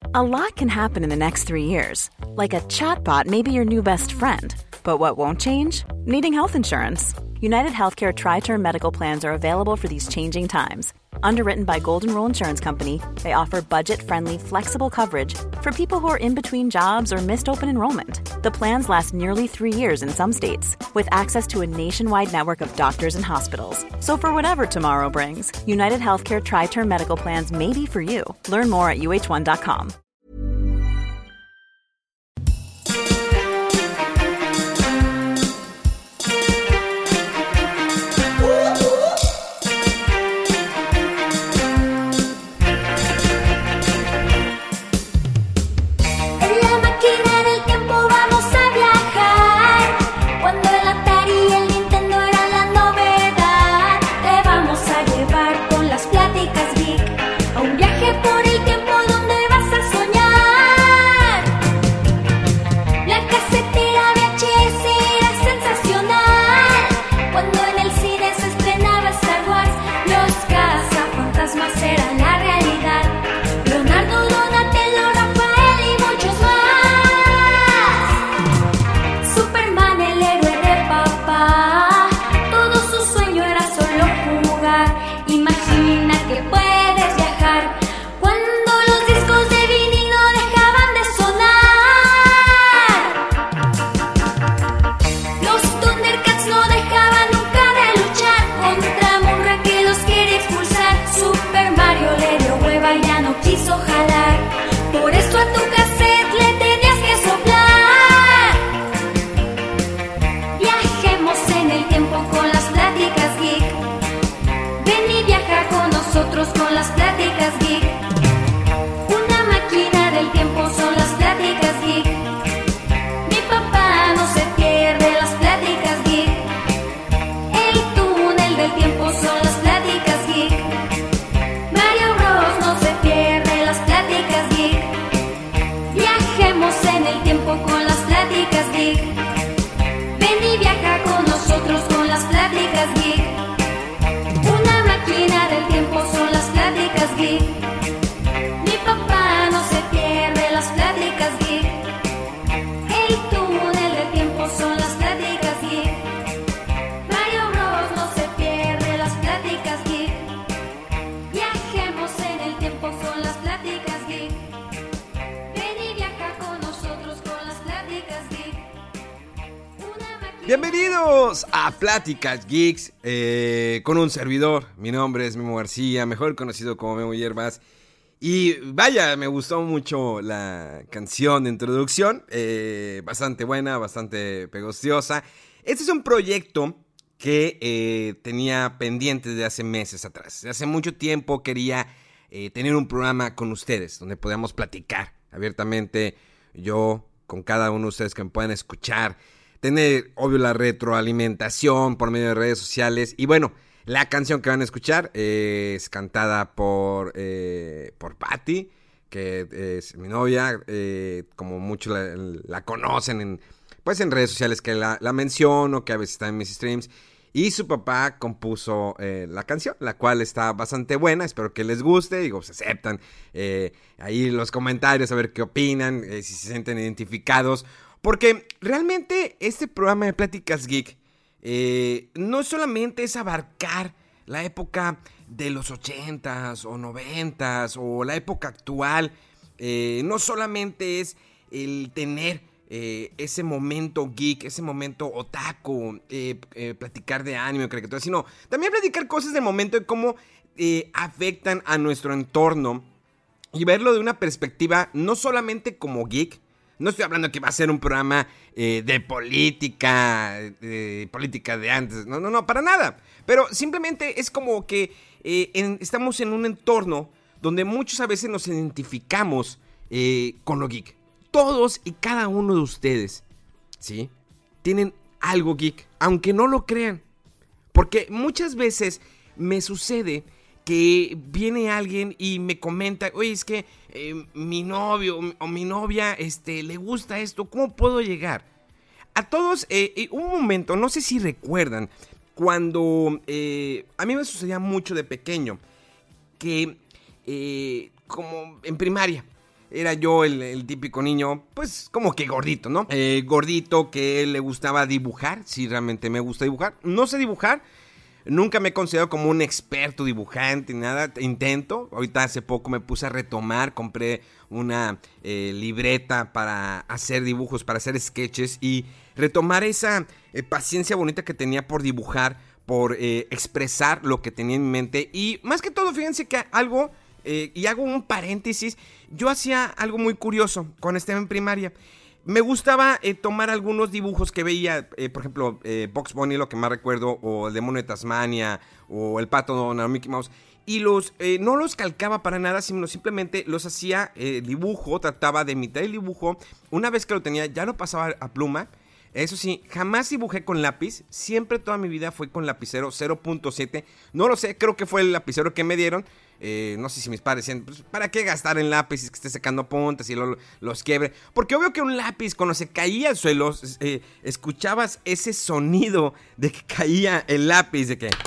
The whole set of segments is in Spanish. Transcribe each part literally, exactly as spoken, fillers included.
A lot can happen in the next three years. Like a chatbot may be your new best friend. But what won't change? Needing health insurance. United Healthcare Tri-Term Medical Plans are available for these changing times. Underwritten by Golden Rule Insurance Company, they offer budget-friendly, flexible coverage for people who are in between jobs or missed open enrollment. The plans last nearly three years in some states, with access to a nationwide network of doctors and hospitals. So for whatever tomorrow brings, United Healthcare Tri-Term Medical Plans may be for you. Learn more at U H one dot com. Bienvenidos a Pláticas Geeks, eh, con un servidor. Mi nombre es Memo García, mejor conocido como Memo Hierbas. Y vaya, me gustó mucho la canción de introducción, eh, bastante buena, bastante pegostiosa. Este es un proyecto que eh, tenía pendiente desde hace meses atrás. Desde hace mucho tiempo quería eh, tener un programa con ustedes, donde podamos platicar abiertamente, yo con cada uno de ustedes que me puedan escuchar. Tener, obvio, la retroalimentación por medio de redes sociales. Y bueno, la canción que van a escuchar eh, es cantada por, eh, por Patty, que es mi novia. Eh, como muchos la, la conocen en, pues en redes sociales, que la, la menciono, que a veces está en mis streams. Y su papá compuso eh, la canción, la cual está bastante buena. Espero que les guste. Digo, se aceptan eh, ahí los comentarios, a ver qué opinan, eh, si se sienten identificados. Porque realmente este programa de Pláticas Geek eh, no solamente es abarcar la época de los ochentas o noventas o la época actual. Eh, no solamente es el tener eh, ese momento geek, ese momento otaku, eh, eh, platicar de anime o caricatura, sino también platicar cosas del momento y cómo eh, afectan a nuestro entorno y verlo de una perspectiva no solamente como geek. No estoy hablando que va a ser un programa eh, de política, de política de antes, no, no, no, para nada. Pero simplemente es como que eh, en, estamos en un entorno donde muchos a veces nos identificamos eh, con lo geek. Todos y cada uno de ustedes, ¿sí? Tienen algo geek, aunque no lo crean. Porque muchas veces me sucede que viene alguien y me comenta, oye, es que eh, mi novio o mi novia este, le gusta esto, ¿cómo puedo llegar? A todos, eh, eh, hubo un momento, no sé si recuerdan, cuando eh, a mí me sucedía mucho de pequeño, que eh, como en primaria, era yo el, el típico niño, pues como que gordito, ¿no? Eh, gordito que le gustaba dibujar, sí, realmente me gusta dibujar. No sé dibujar, nunca me he considerado como un experto dibujante ni nada, intento. Ahorita hace poco me puse a retomar, compré una eh, libreta para hacer dibujos, para hacer sketches y retomar esa eh, paciencia bonita que tenía por dibujar, por eh, expresar lo que tenía en mi mente. Y más que todo, fíjense que algo... Eh, y hago un paréntesis, yo hacía algo muy curioso cuando estaba en primaria. Me gustaba eh, tomar algunos dibujos que veía, eh, por ejemplo, eh, Bugs Bunny, lo que más recuerdo, o el demonio de Tasmania, o el pato Donald, Mickey Mouse, y los eh, no los calcaba para nada, sino simplemente los hacía eh, dibujo, trataba de imitar el dibujo. Una vez que lo tenía, ya lo pasaba a pluma. Eso sí, jamás dibujé con lápiz, siempre toda mi vida fue con lapicero cero punto siete, no lo sé, creo que fue el lapicero que me dieron. Eh, no sé si mis padres decían, pues, ¿para qué gastar en lápiz que esté secando puntas y lo, los quiebre? Porque obvio que un lápiz, cuando se caía al suelo, eh, escuchabas ese sonido de que caía el lápiz, de que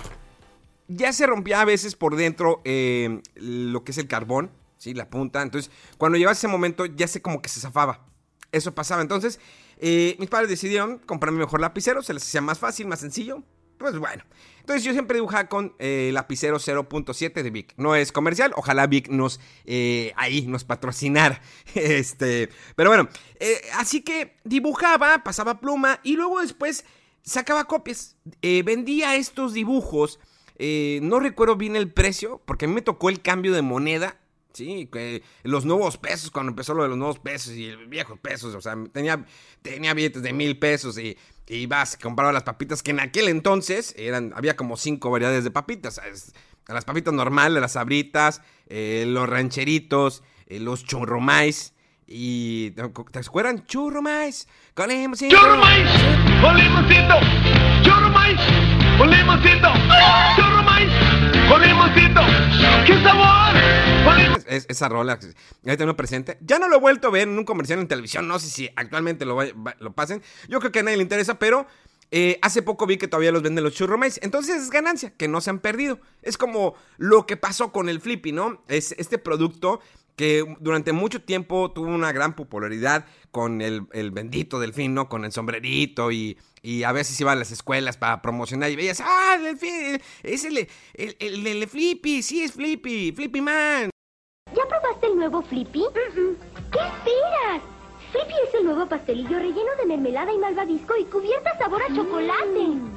ya se rompía a veces por dentro eh, lo que es el carbón, ¿sí? La punta. Entonces, cuando llegaba ese momento, ya se como que se zafaba. Eso pasaba. Entonces, eh, mis padres decidieron comprarme mejor lapicero, se les hacía más fácil, más sencillo. Pues bueno, entonces yo siempre dibujaba con eh, lapicero cero punto siete de Bic. No es comercial, ojalá Bic nos, eh, ahí, nos patrocinara. Este, pero bueno, eh, así que dibujaba, pasaba pluma y luego después sacaba copias. Eh, vendía estos dibujos, eh, no recuerdo bien el precio, porque a mí me tocó el cambio de moneda. Sí, que los nuevos pesos, cuando empezó lo de los nuevos pesos y los viejos pesos, o sea, tenía, tenía billetes de mil pesos y, y ibas, compraba las papitas, que en aquel entonces eran, había como cinco variedades de papitas, ¿sabes? Las papitas normales, las sabritas, eh, los rancheritos, eh, los churromais y, ¿te acuerdan? Churromais, con limoncito. Churromais, con limoncito, churromais, con limoncito, churromais, con limoncito, ¡qué sabor! Es, esa rola, ya tengo presente. Ya no lo he vuelto a ver en un comercial en televisión. No sé si actualmente lo, lo pasen. Yo creo que a nadie le interesa, pero eh, hace poco vi que todavía los venden los churromais. Entonces es ganancia, que no se han perdido. Es como lo que pasó con el Flippy, ¿no? Es este producto que durante mucho tiempo tuvo una gran popularidad con el, el bendito delfín, ¿no? Con el sombrerito y... Y a veces iba a las escuelas para promocionar y veías, ¡ah, el delfín! Es el, el, el, el, el Flippy, sí es Flippy, Flippy Man. ¿Ya probaste el nuevo Flippy? Uh-uh. ¿Qué esperas? Flippy es el nuevo pastelillo relleno de mermelada y malvavisco y cubierta sabor a chocolate. Mm.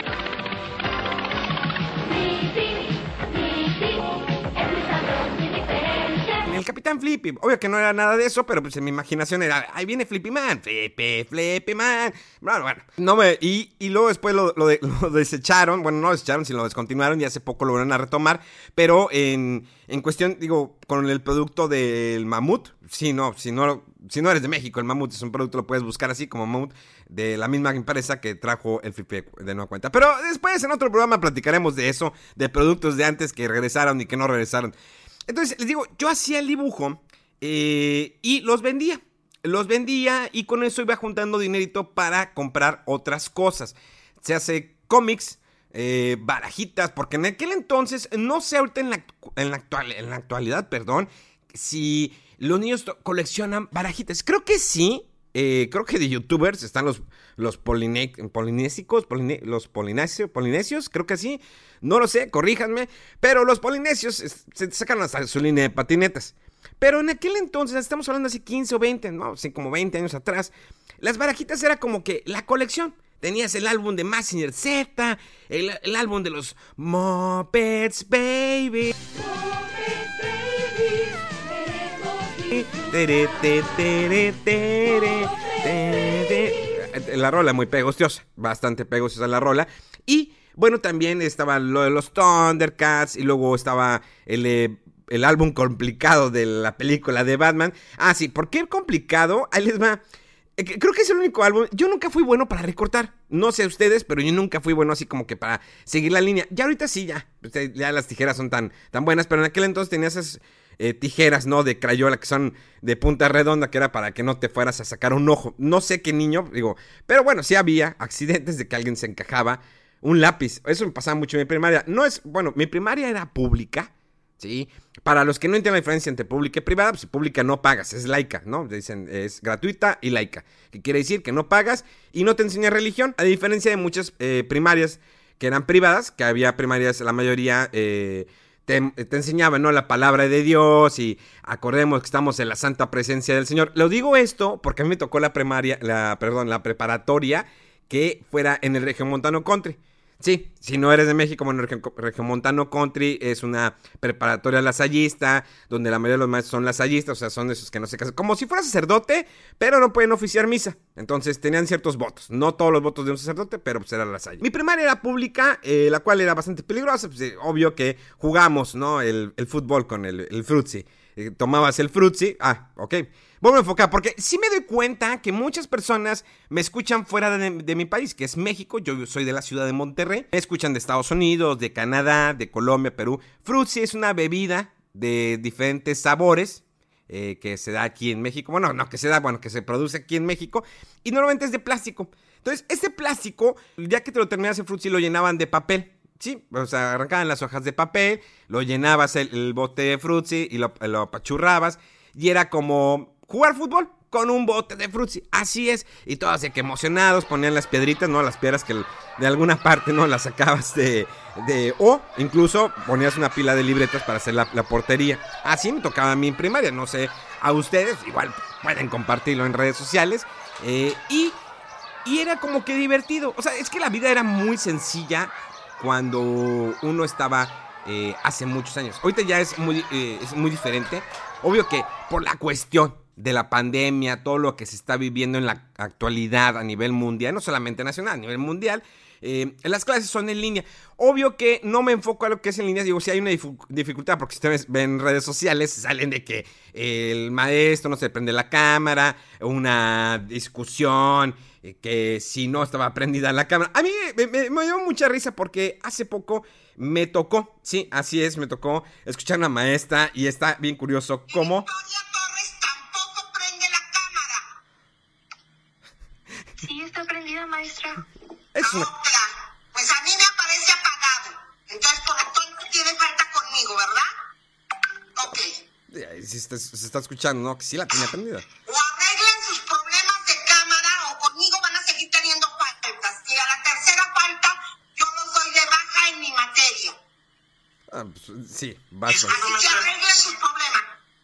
Flippy, Flippy, es mi sabor muy diferente. El Capitán Flippy, obvio que no era nada de eso, pero pues en mi imaginación era, ahí viene Flippy Man, Flippy, Flippy Man. Bueno, bueno, no me, y, y luego después lo, lo, de, lo desecharon, bueno, no lo desecharon, sino lo descontinuaron y hace poco lo volvieron a retomar, pero en, en cuestión, digo, con el producto del mamut, sí, no, si no, si no eres de México, el mamut es un producto, lo puedes buscar así como mamut, de la misma empresa que trajo el Flippy de nueva cuenta. Pero después en otro programa platicaremos de eso, de productos de antes que regresaron y que no regresaron. Entonces, les digo, yo hacía el dibujo eh, y los vendía. Los vendía y con eso iba juntando dinerito para comprar otras cosas. Se hace cómics, eh, barajitas, porque en aquel entonces, no sé ahorita en la, en la, actual, en la actualidad, perdón, si los niños coleccionan barajitas. Creo que sí. Eh, creo que de youtubers están los, los poline, polinésicos, poline, los polinesio, polinesios, creo que sí, no lo sé, corríjanme, pero los polinesios es, se sacan hasta su línea de patinetas. Pero en aquel entonces, estamos hablando hace quince o veinte, no, así como veinte años atrás, las barajitas era como que la colección. Tenías el álbum de Mazinger Z, el, el álbum de los Muppets Baby. Tere, tere, tere, tere, tere. La rola muy pegostiosa, bastante pegostiosa la rola. Y bueno, también estaba lo de los Thundercats y luego estaba el, eh, el álbum complicado de la película de Batman. Ah, sí, ¿por qué complicado? Ahí les va. Eh, creo que es el único álbum. Yo nunca fui bueno para recortar. No sé ustedes, pero yo nunca fui bueno así como que para seguir la línea. Ya ahorita sí, ya. Ya las tijeras son tan, tan buenas, pero en aquel entonces tenía esas... Eh, tijeras, ¿no? De Crayola, que son de punta redonda, que era para que no te fueras a sacar un ojo. No sé qué niño, digo, pero bueno, sí había accidentes de que alguien se encajaba un lápiz. Eso me pasaba mucho en mi primaria. No es, bueno, mi primaria era pública, ¿sí? Para los que no entienden la diferencia entre pública y privada, pues pública no pagas, es laica, ¿no? Dicen, es gratuita y laica, que quiere decir que no pagas y no te enseña religión, a diferencia de muchas eh, primarias que eran privadas, que había primarias, la mayoría eh, te, te enseñaban, ¿no? La palabra de Dios y acordemos que estamos en la santa presencia del Señor. Lo digo esto porque a mí me tocó la primaria, la, perdón, la preparatoria que fuera en el Regiomontano Country. Sí, si no eres de México, bueno, Regiomontano Country es una preparatoria lasallista, donde la mayoría de los maestros son lasallistas, o sea, son de esos que no se casan, como si fuera sacerdote, pero no pueden oficiar misa. Entonces tenían ciertos votos, no todos los votos de un sacerdote, pero pues era lasalle. Mi primaria era pública, eh, la cual era bastante peligrosa, pues eh, obvio que jugamos, ¿no? El, el fútbol con el, el frutzi. Eh, tomabas el frutzi, ah, ok. Voy a enfocar, porque sí me doy cuenta que muchas personas me escuchan fuera de, de mi país, que es México. Yo soy de la ciudad de Monterrey. Me escuchan de Estados Unidos, de Canadá, de Colombia, Perú. Frutzi es una bebida de diferentes sabores eh, que se da aquí en México. Bueno, no que se da, bueno, que se produce aquí en México. Y normalmente es de plástico. Entonces, este plástico, ya que te lo terminas el Frutzi, lo llenaban de papel. Sí, o sea, arrancaban las hojas de papel, lo llenabas el, el bote de Frutzi y lo, lo apachurrabas. Y era como jugar fútbol con un bote de Frutzi, así es, y todos así que emocionados, ponían las piedritas, ¿no? Las piedras que de alguna parte, ¿no? Las sacabas de, de o incluso ponías una pila de libretas para hacer la, la portería. Así me tocaba a mí en primaria, no sé, a ustedes, igual pueden compartirlo en redes sociales, eh, y, y era como que divertido, o sea, es que la vida era muy sencilla cuando uno estaba eh, hace muchos años. Ahorita ya es muy, eh, es muy diferente, obvio que por la cuestión de la pandemia, todo lo que se está viviendo en la actualidad a nivel mundial, no solamente nacional, a nivel mundial, eh, las clases son en línea. Obvio que no me enfoco a lo que es en línea, digo, si hay una difu- dificultad, porque si ustedes ven redes sociales, salen de que el maestro no se prende la cámara, una discusión, eh, que si no estaba prendida la cámara. A mí me, me, me dio mucha risa porque hace poco me tocó, sí, así es, me tocó escuchar a una maestra y está bien curioso cómo... Sí, está prendida, maestra. Es una... Pues a mí me aparece apagado. Entonces, por lo tanto, tiene falta conmigo, ¿verdad? Ok. Si se, se está escuchando, ¿no? Que sí la tiene prendida. O arreglen sus problemas de cámara o conmigo van a seguir teniendo faltas. Y a la tercera falta, yo los doy de baja en mi materia. Ah, pues, sí, basta. Así que arreglen sus problemas.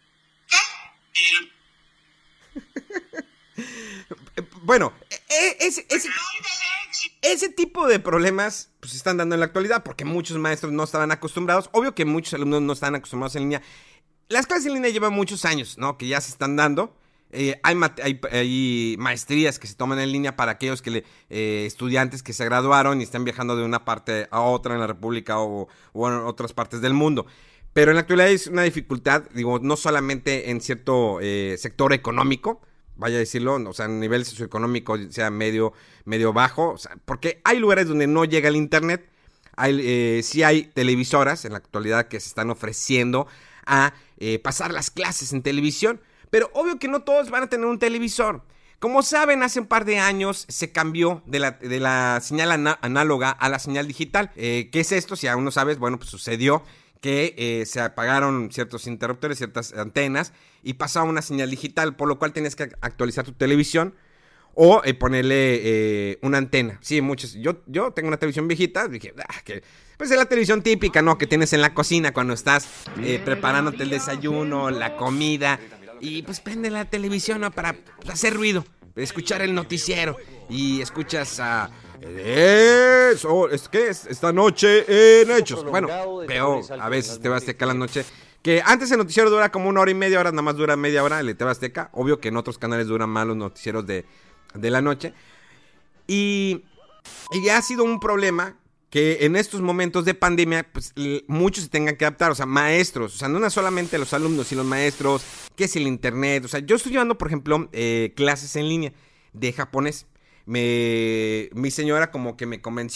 ¿Qué? Bueno, ese, ese, ese tipo de problemas pues se están dando en la actualidad porque muchos maestros no estaban acostumbrados. Obvio que muchos alumnos no están acostumbrados en línea. Las clases en línea llevan muchos años, ¿no? Que ya se están dando. Eh, hay, hay, hay maestrías que se toman en línea para aquellos que le, eh, estudiantes que se graduaron y están viajando de una parte a otra en la República o, o en otras partes del mundo. Pero en la actualidad es una dificultad, digo, no solamente en cierto eh, sector económico, vaya a decirlo, o sea, a nivel socioeconómico, sea medio, medio bajo, o sea, porque hay lugares donde no llega el internet, hay, eh, sí hay televisoras en la actualidad que se están ofreciendo a eh, pasar las clases en televisión, pero obvio que no todos van a tener un televisor. Como saben, hace un par de años se cambió de la, de la señal ana- análoga a la señal digital. Eh, ¿Qué es esto? Si aún no sabes, bueno, pues sucedió que eh, se apagaron ciertos interruptores, ciertas antenas y pasaba una señal digital, por lo cual tenías que actualizar tu televisión o eh, ponerle eh, una antena. Sí, muchos. Yo, yo tengo una televisión viejita, dije, ah, que pues es la televisión típica, ¿no? Que tienes en la cocina cuando estás eh, preparándote el desayuno, la comida y pues prende la televisión, ¿no? Para pues, hacer ruido, escuchar el noticiero y escuchas a... Eso, es que es esta noche en Hechos. Bueno, pero a veces T V Azteca la noche. Que antes el noticiero dura como una hora y media, ahora nada más dura media hora el T V Azteca. Obvio que en otros canales duran más los noticieros de, de la noche. Y, y ha sido un problema que en estos momentos de pandemia, pues muchos se tengan que adaptar. O sea, maestros, o sea, no solamente los alumnos, sino los maestros, qué es el internet. O sea, yo estoy llevando, por ejemplo, eh, clases en línea de japonés. Me, mi señora como que me convenció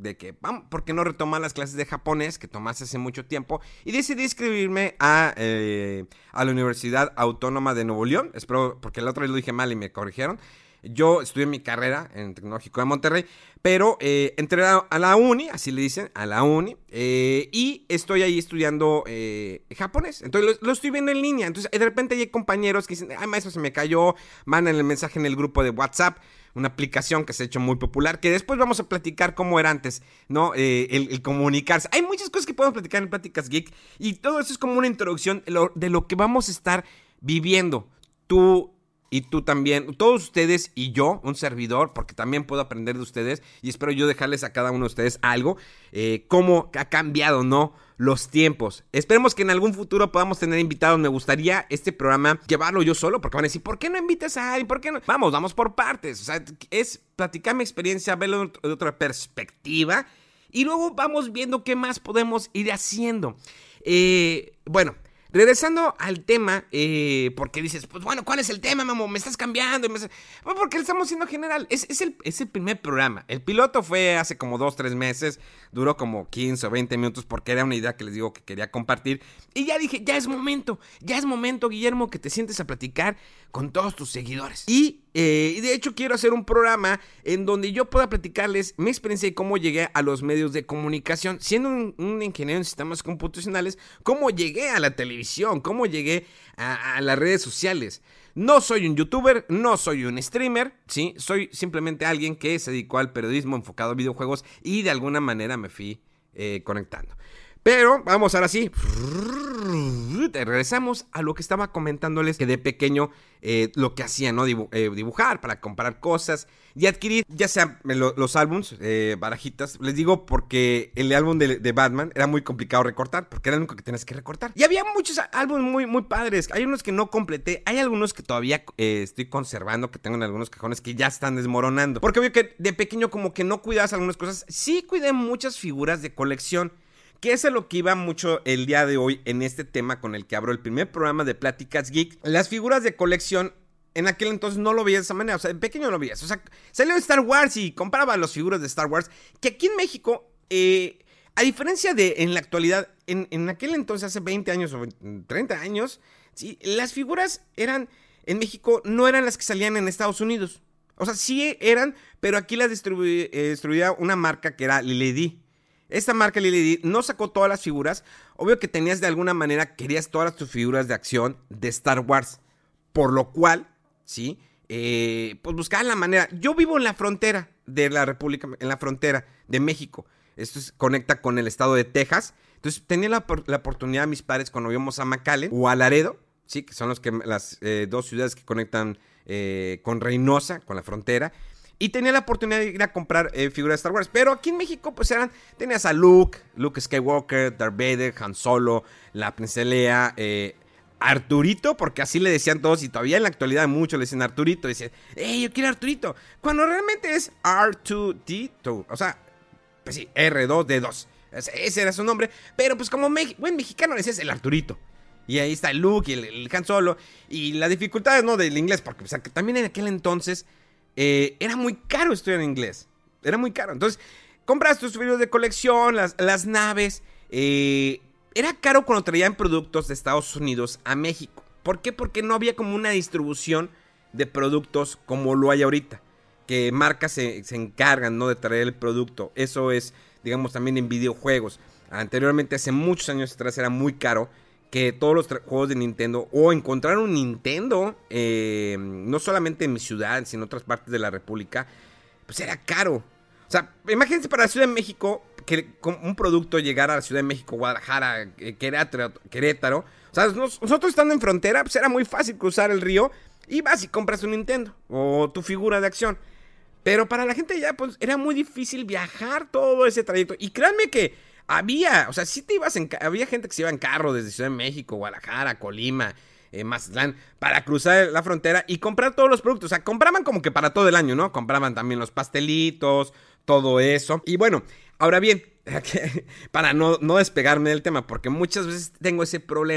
de que, vamos, ¿por qué no retomar las clases de japonés que tomaste hace mucho tiempo? Y decidí inscribirme a, eh, a la Universidad Autónoma de Nuevo León. Espero, porque la otra vez lo dije mal y me corrigieron. Yo estudié mi carrera en el Tecnológico de Monterrey, pero eh, entré a, a la uni, así le dicen, a la uni, eh, y estoy ahí estudiando eh, japonés. Entonces lo, lo estoy viendo en línea. Entonces de repente hay compañeros que dicen, ay, maestro, se me cayó, mandan el mensaje en el grupo de WhatsApp, una aplicación que se ha hecho muy popular, que después vamos a platicar cómo era antes, ¿no? Eh, el, el comunicarse. Hay muchas cosas que podemos platicar en Pláticas Geek, y todo eso es como una introducción de lo, de lo que vamos a estar viviendo. Tú y tú también, todos ustedes y yo, un servidor, porque también puedo aprender de ustedes, y espero yo dejarles a cada uno de ustedes algo, eh, cómo ha cambiado, ¿no?, los tiempos. Esperemos que en algún futuro podamos tener invitados. Me gustaría este programa llevarlo yo solo, porque van a decir, ¿por qué no invitas a alguien? ¿Por qué no? Vamos, vamos por partes. O sea, es platicar mi experiencia, verlo de otra perspectiva, y luego vamos viendo qué más podemos ir haciendo. Eh, bueno, regresando al tema, eh, porque dices, pues bueno, ¿cuál es el tema, Memo? Me estás cambiando. Me estás... Bueno, porque le estamos haciendo general. Es, es, el, es el primer programa. El piloto fue hace como dos, tres meses. Duró como quince o veinte minutos porque era una idea que les digo que quería compartir. Y ya dije, ya es momento. Ya es momento, Guillermo, que te sientes a platicar con todos tus seguidores. Y, eh, y de hecho quiero hacer un programa en donde yo pueda platicarles mi experiencia y cómo llegué a los medios de comunicación. Siendo un, un ingeniero en sistemas computacionales, cómo llegué a la televisión, cómo llegué a, a las redes sociales. No soy un youtuber, no soy un streamer, ¿sí? Soy simplemente alguien que se dedicó al periodismo enfocado a videojuegos y de alguna manera me fui eh, conectando. Pero vamos ahora sí, regresamos a lo que estaba comentándoles, que de pequeño eh, lo que hacía, ¿no? Dibu- eh, dibujar para comprar cosas y adquirir, ya sea lo, los álbums, eh, barajitas. Les digo porque el álbum de, de Batman era muy complicado recortar, porque era lo único que tenías que recortar. Y había muchos álbumes muy, muy padres. Hay unos que no completé, hay algunos que todavía eh, estoy conservando, que tengo en algunos cajones que ya están desmoronando. Porque veo que de pequeño como que no cuidabas algunas cosas. Sí cuidé muchas figuras de colección, que es a lo que iba mucho el día de hoy en este tema con el que abro el primer programa de Pláticas Geek. Las figuras de colección, en aquel entonces no lo veías de esa manera, o sea, en pequeño no lo veías. O sea, salió Star Wars y compraba las figuras de Star Wars, que aquí en México, eh, a diferencia de en la actualidad, en, en aquel entonces, hace veinte años o treinta años, sí, las figuras eran, en México, no eran las que salían en Estados Unidos. O sea, sí eran, pero aquí las distribuía, eh, distribuía una marca que era Lily. Esta marca Lily no sacó todas las figuras. Obvio que tenías de alguna manera, querías todas tus figuras de acción de Star Wars. Por lo cual, ¿sí? Eh, pues buscaban la manera. Yo vivo en la frontera de la República, en la frontera de México. Esto es, conecta con el estado de Texas. Entonces tenía la, la oportunidad mis padres cuando íbamos a McAllen o a Laredo, ¿sí? Que son los que, las eh, dos ciudades que conectan eh, con Reynosa, con la frontera. Y tenía la oportunidad de ir a comprar eh, figuras de Star Wars. Pero aquí en México, pues eran... Tenías a Luke, Luke Skywalker, Darth Vader, Han Solo, la princesa Leia, eh, Arturito, porque así le decían todos. Y todavía en la actualidad muchos le dicen Arturito. Dicen, ¡hey, yo quiero Arturito! Cuando realmente es R dos D dos. O sea, pues sí, R dos D dos. Ese era su nombre. Pero pues como me buen mexicano le decías el Arturito. Y ahí está el Luke y el, el Han Solo. Y las dificultades, ¿no? Del inglés. Porque o sea, que también en aquel entonces... Eh, era muy caro estudiar inglés. Era muy caro. Entonces, compras tus figuras de colección, las, las naves. Eh, era caro cuando traían productos de Estados Unidos a México. ¿Por qué? Porque no había como una distribución de productos como lo hay ahorita. Que marcas se, se encargan, ¿no?, de traer el producto. Eso es, digamos, también en videojuegos. Anteriormente, hace muchos años atrás, era muy caro que todos los tra- juegos de Nintendo, o encontrar un Nintendo, eh, no solamente en mi ciudad, sino en otras partes de la República, pues era caro. O sea, imagínense para la Ciudad de México, que un producto llegara a la Ciudad de México, Guadalajara, Querétaro, Querétaro. O sea, nosotros estando en frontera, pues era muy fácil cruzar el río y vas y compras un Nintendo o tu figura de acción. Pero para la gente ya, pues, era muy difícil viajar todo ese trayecto. Y créanme que había, o sea, sí te ibas en, había gente que se iba en carro desde Ciudad de México, Guadalajara, Colima, eh, Mazatlán, para cruzar la frontera y comprar todos los productos. O sea, compraban como que para todo el año, ¿no? Compraban también los pastelitos, todo eso. Y bueno, ahora bien, para no, no despegarme del tema, porque muchas veces tengo ese problema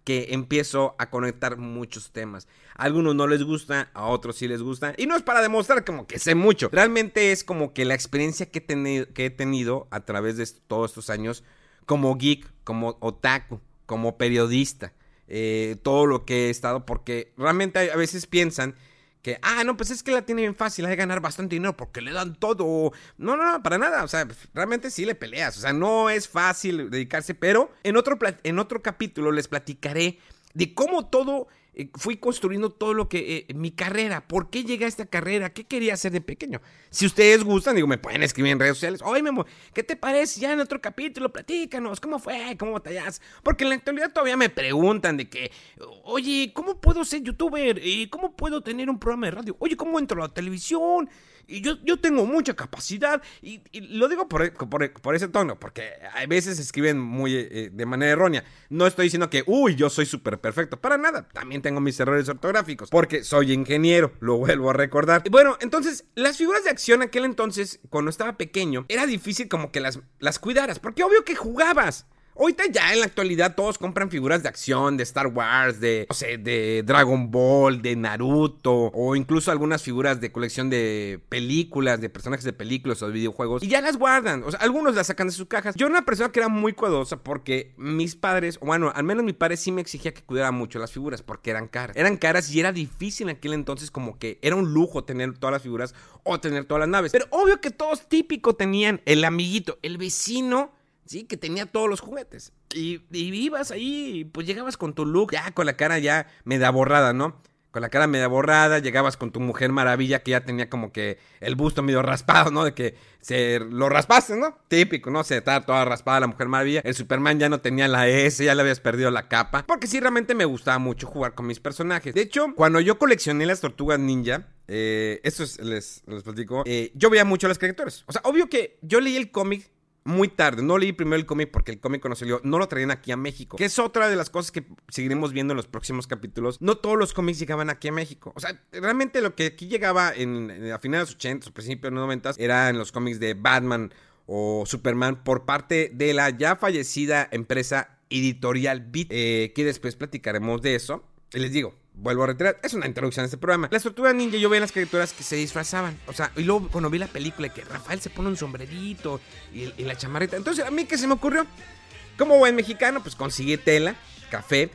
que empiezo a conectar muchos temas. A algunos no les gusta, a otros sí les gusta. Y no es para demostrar como que sé mucho. Realmente es como que la experiencia que he tenido, que he tenido a través de todos estos años como geek, como otaku, como periodista. Eh, todo lo que he estado, porque realmente a veces piensan que, ah, no, pues es que la tiene bien fácil, hay que ganar bastante dinero porque le dan todo. No, no, no, para nada, o sea, realmente sí le peleas, o sea, no es fácil dedicarse, pero en otro, en otro capítulo les platicaré de cómo todo, eh, fui construyendo todo lo que, eh, mi carrera, por qué llegué a esta carrera, qué quería hacer de pequeño. Si ustedes gustan, digo, me pueden escribir en redes sociales, oye, Memo, ¿qué te parece? Ya en otro capítulo, platícanos, ¿cómo fue? ¿Cómo batallas? Porque en la actualidad todavía me preguntan de que, oye, ¿cómo puedo ser youtuber? ¿Y cómo puedo tener un programa de radio? Oye, ¿cómo entro a la televisión? Y yo, yo tengo mucha capacidad. Y, y lo digo por, por, por ese tono, porque a veces escriben muy eh, de manera errónea. No estoy diciendo que, uy, yo soy súper perfecto. Para nada. También tengo mis errores ortográficos, porque soy ingeniero, lo vuelvo a recordar. Bueno, entonces, las figuras de acción en aquel entonces, cuando estaba pequeño, era difícil como que las, las cuidaras, porque obvio que jugabas. Ahorita ya en la actualidad todos compran figuras de acción, de Star Wars, de, no sé, de Dragon Ball, de Naruto, o incluso algunas figuras de colección de películas, de personajes de películas o de videojuegos, y ya las guardan. O sea, algunos las sacan de sus cajas. Yo era una persona que era muy cuidadosa porque mis padres, o bueno, al menos mi padre sí me exigía que cuidara mucho las figuras porque eran caras. Eran caras y era difícil en aquel entonces, como que era un lujo tener todas las figuras o tener todas las naves. Pero obvio que todos típico tenían el amiguito, el vecino, sí, que tenía todos los juguetes. Y, y ibas ahí, pues llegabas con tu look, ya con la cara ya media borrada, ¿no? Con la cara media borrada, llegabas con tu Mujer Maravilla, que ya tenía como que el busto medio raspado, ¿no? De que se lo raspaste, ¿no? Típico, ¿no? Se estaba toda raspada la Mujer Maravilla. El Superman ya no tenía la S, ya le habías perdido la capa. Porque sí, realmente me gustaba mucho jugar con mis personajes. De hecho, cuando yo coleccioné las Tortugas Ninja, eh, esto es, les, les platico, eh, yo veía mucho las caricaturas. O sea, obvio que yo leí el cómic muy tarde, no leí primero el cómic porque el cómic cuando salió no lo traían aquí a México, que es otra de las cosas que seguiremos viendo en los próximos capítulos. No todos los cómics llegaban aquí a México, o sea, realmente lo que aquí llegaba en, en a finales de los ochentas o principios de los noventas eran los cómics de Batman o Superman por parte de la ya fallecida empresa editorial Beat, eh, que después platicaremos de eso. Y les digo, vuelvo a reiterar, es una introducción a este programa. Las Tortugas Ninja, yo veía las caricaturas que se disfrazaban. O sea, y luego cuando vi la película que Rafael se pone un sombrerito y, y la chamarrita. Entonces, ¿a mí qué se me ocurrió? Como buen mexicano, pues conseguí tela, café,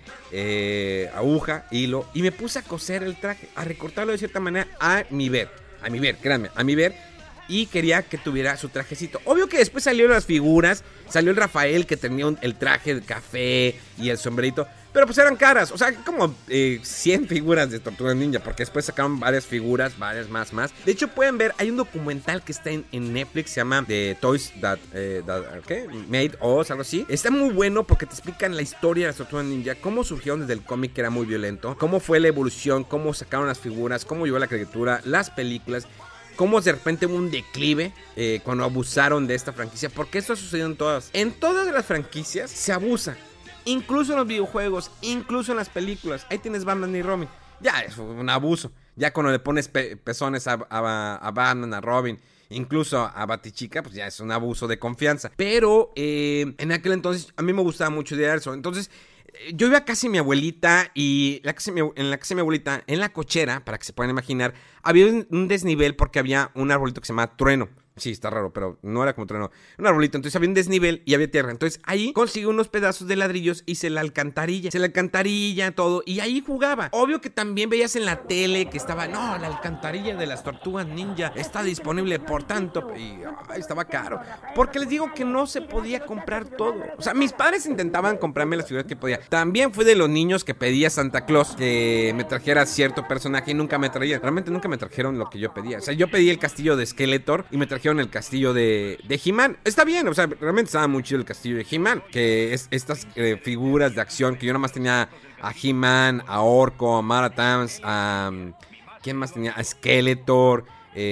eh, aguja, hilo, y me puse a coser el traje, a recortarlo de cierta manera a mi ver. A mi ver, créanme, a mi ver. Y quería que tuviera su trajecito. Obvio que después salieron las figuras. Salió el Rafael que tenía un, el traje de café y el sombrerito. Pero pues eran caras. O sea, como eh, cien figuras de Tortugas Ninja. Porque después sacaron varias figuras, varias más, más. De hecho, pueden ver, hay un documental que está en, en Netflix. Se llama The Toys That, eh, that ¿qué? Made Us, algo así. Está muy bueno porque te explican la historia de las Tortugas Ninja. Cómo surgieron desde el cómic que era muy violento. Cómo fue la evolución, cómo sacaron las figuras, cómo llegó la caricatura, las películas. Cómo de repente hubo un declive eh, cuando abusaron de esta franquicia. Porque esto ha sucedido en todas. En todas las franquicias se abusa. Incluso en los videojuegos, incluso en las películas. Ahí tienes Batman y Robin. Ya es un abuso. Ya cuando le pones pe pezones a, a, a Batman, a Robin, incluso a Batichica, pues ya es un abuso de confianza. Pero eh, en aquel entonces a mí me gustaba mucho de eso. Entonces yo iba a casa de mi abuelita y la casa de mi, en la casa de mi abuelita, en la cochera, para que se puedan imaginar, había un, un desnivel porque había un arbolito que se llama Trueno. Sí, está raro, pero no era como trueno. Un arbolito, entonces había un desnivel y había tierra. Entonces ahí conseguí unos pedazos de ladrillos, hice la alcantarilla. Hice la alcantarilla, todo, y ahí jugaba. Obvio que también veías en la tele que estaba, no, la alcantarilla de las Tortugas Ninja está disponible por tanto. Y ay, estaba caro. Porque les digo que no se podía comprar todo. O sea, mis padres intentaban comprarme las figuras que podía. También fui de los niños que pedía a Santa Claus que me trajera cierto personaje y nunca me traía. Realmente nunca me trajeron lo que yo pedía. O sea, yo pedí el castillo de Skeletor y me trajeron el castillo de, de He-Man. Está bien, o sea, realmente estaba muy chido el castillo de He-Man, que es estas eh, figuras de acción que yo nada más tenía a He-Man, a Orko, a Maratams, a... ¿quién más tenía? A Skeletor,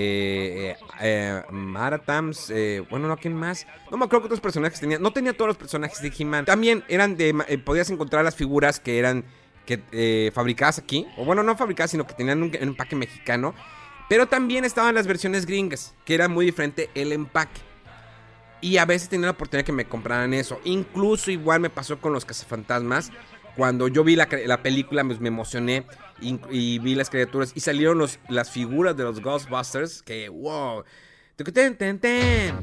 eh, eh, eh, Maratams, eh, bueno, no, ¿quién más? No me acuerdo qué otros personajes tenía. No tenía todos los personajes de He-Man. También eran de... Eh, podías encontrar las figuras que eran que eh, fabricadas aquí, o bueno, no fabricadas, sino que tenían un, un empaque mexicano. Pero también estaban las versiones gringas, que era muy diferente el empaque. Y a veces tenía la oportunidad de que me compraran eso. Incluso igual me pasó con los cazafantasmas. cuando yo vi la, la película, pues me emocioné y, y vi las criaturas y salieron los, las figuras de los Ghostbusters, que wow. Ten, ten, ten.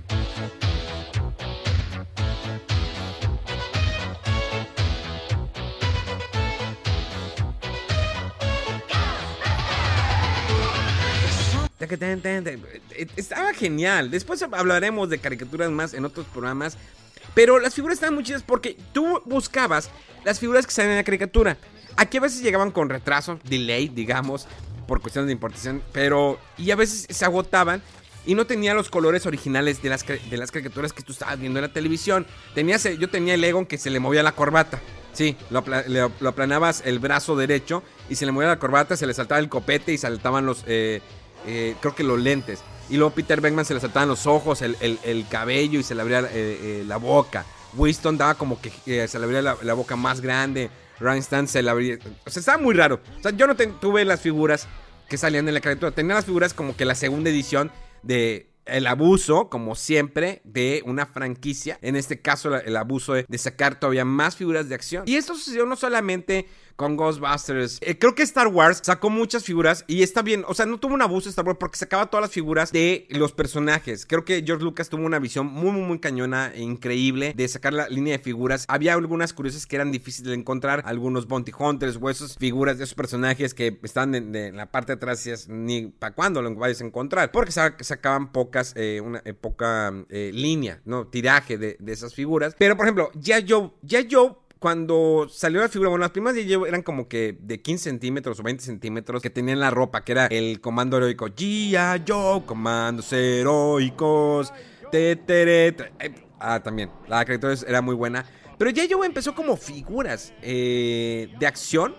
Estaba genial. Después hablaremos de caricaturas más en otros programas. Pero las figuras estaban muy chidas porque tú buscabas las figuras que salen en la caricatura. Aquí a veces llegaban con retraso, delay, digamos, por cuestiones de importación. Pero, y a veces se agotaban y no tenía los colores originales de las, de las caricaturas que tú estabas viendo en la televisión. Tenías, yo tenía el Egon que se le movía la corbata. Sí, lo, lo, lo aplanabas el brazo derecho y se le movía la corbata, se le saltaba el copete y saltaban los... Eh, Eh, creo que los lentes. Y luego Peter Venkman se le saltaban los ojos, el, el, el cabello y se le abría eh, eh, la boca. Winston daba como que eh, se le abría la, la boca más grande. Rhinestone se le abría... O sea, estaba muy raro. O sea, yo no te, tuve las figuras que salían en la caricatura. Tenía las figuras como que la segunda edición de... El abuso, como siempre, de una franquicia. En este caso, el abuso de, de sacar todavía más figuras de acción. Y esto sucedió no solamente con Ghostbusters. Eh, creo que Star Wars sacó muchas figuras y está bien. O sea, no tuvo un abuso de Star Wars porque sacaba todas las figuras de los personajes. Creo que George Lucas tuvo una visión muy, muy, muy cañona e increíble de sacar la línea de figuras. Había algunas curiosas que eran difíciles de encontrar. Algunos Bounty Hunters o esas figuras de esos personajes que están en, de, en la parte de atrás y es ni para cuándo lo vayas a encontrar. Porque sacaban pocas Eh, una eh, poca eh, línea, ¿no? Tiraje de, de esas figuras. Pero, por ejemplo, G I. Joe, G I. Joe, cuando salió la figura, bueno, las primeras de G I. Joe eran como que de quince centímetros o veinte centímetros que tenían la ropa, que era el comando heroico. G I. Joe, comandos heroicos. Te, te, te, te. Eh, ah, también. La caricatura era muy buena. Pero G I. Joe empezó como figuras eh, de acción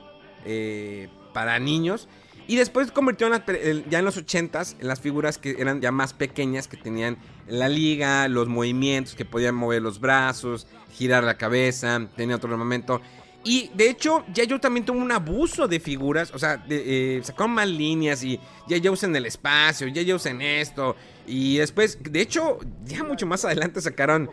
eh, para niños. Y después convirtió en las, ya en los ochentas en las figuras que eran ya más pequeñas, que tenían la liga, los movimientos, que podían mover los brazos, girar la cabeza, tenía otro armamento. Y de hecho, G I. Joe también tuvo un abuso de figuras, o sea, de, eh, sacaron más líneas y G I. Joe en el espacio, G I. Joe en esto. Y después, de hecho, ya mucho más adelante sacaron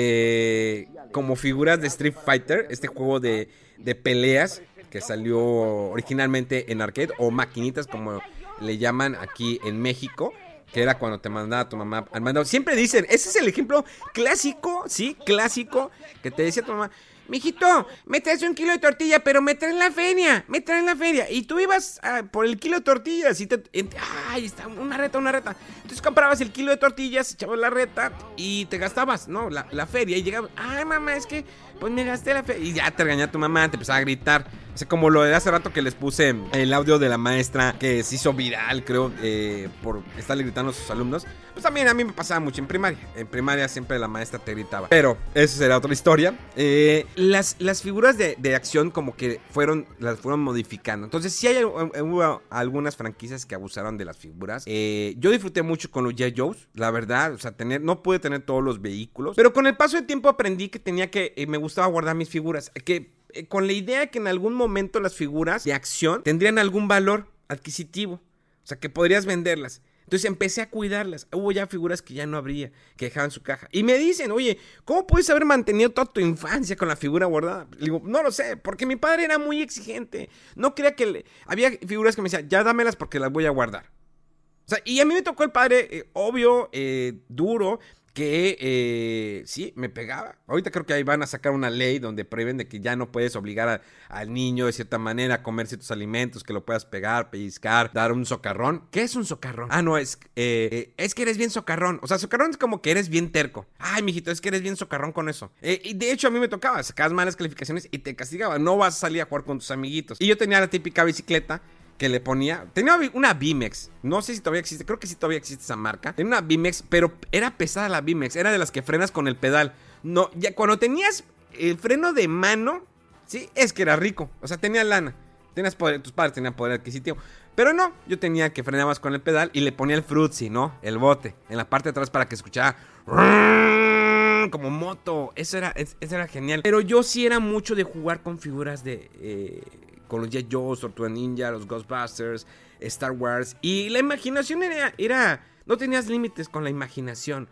eh, como figuras de Street Fighter, este juego de, de peleas que salió originalmente en arcade o maquinitas como le llaman aquí en México, que era cuando te mandaba tu mamá al mandado. Siempre dicen, ese es el ejemplo clásico, sí, clásico, que te decía tu mamá: mijito, me traes un kilo de tortilla, pero me traen la feria, me traen la feria. Y tú ibas a, por el kilo de tortillas y te... En, ay, está una reta, una reta. Entonces comprabas el kilo de tortillas, echabas la reta y te gastabas, ¿no? La, la feria. Y llegabas, ay, mamá, es que pues me gasté la feria. Y ya te regañaba tu mamá, te empezaba a gritar. O sea, como lo de hace rato que les puse el audio de la maestra que se hizo viral, creo, eh, por estarle gritando a sus alumnos. Pues también a mí me pasaba mucho en primaria. En primaria siempre la maestra te gritaba. Pero eso será otra historia. Eh, las, las figuras de, de acción como que fueron, las fueron modificando. Entonces sí hay, hubo algunas franquicias que abusaron de las figuras. Eh, yo disfruté mucho con los G I. Joes, la verdad. O sea, tener, no pude tener todos los vehículos. Pero con el paso del tiempo aprendí que tenía que, eh, me gustaba guardar mis figuras. Que eh, con la idea de que en algún momento las figuras de acción tendrían algún valor adquisitivo. O sea, que podrías venderlas. Entonces empecé a cuidarlas. Hubo ya figuras que ya no habría, que dejaban su caja. Y me dicen, oye, ¿cómo puedes haber mantenido toda tu infancia con la figura guardada? Le digo, no lo sé, porque mi padre era muy exigente. No creía que... Le... Había figuras que me decían, ya dámelas porque las voy a guardar. O sea, y a mí me tocó el padre, eh, obvio, eh, duro, que eh, sí, me pegaba. Ahorita creo que ahí van a sacar una ley donde prohíben de que ya no puedes obligar a, al niño de cierta manera a comer ciertos alimentos, que lo puedas pegar, pellizcar, dar un socarrón. ¿Qué es un socarrón? Ah, no, es eh, eh, es que eres bien socarrón. O sea, socarrón es como que eres bien terco. Ay, mijito, es que eres bien socarrón con eso. Eh, y de hecho a mí me tocaba, sacabas malas calificaciones y te castigaban. No vas a salir a jugar con tus amiguitos. Y yo tenía la típica bicicleta que le ponía, tenía una Bimex, no sé si todavía existe, creo que sí todavía existe esa marca. Tenía una Bimex, pero era pesada la Bimex, era de las que frenas con el pedal. No, ya cuando tenías el freno de mano, sí, es que era rico, o sea, tenía lana, tenías poder, tus padres tenían poder adquisitivo. Pero no, yo tenía que frenabas con el pedal y le ponía el frutzi, ¿no? El bote, en la parte de atrás para que escuchara como moto. Eso era, eso era genial. Pero yo sí era mucho de jugar con figuras de... Eh, con los G I. Joes, Tortuga Ninja, los Ghostbusters, Star Wars. Y la imaginación era... era no tenías límites con la imaginación.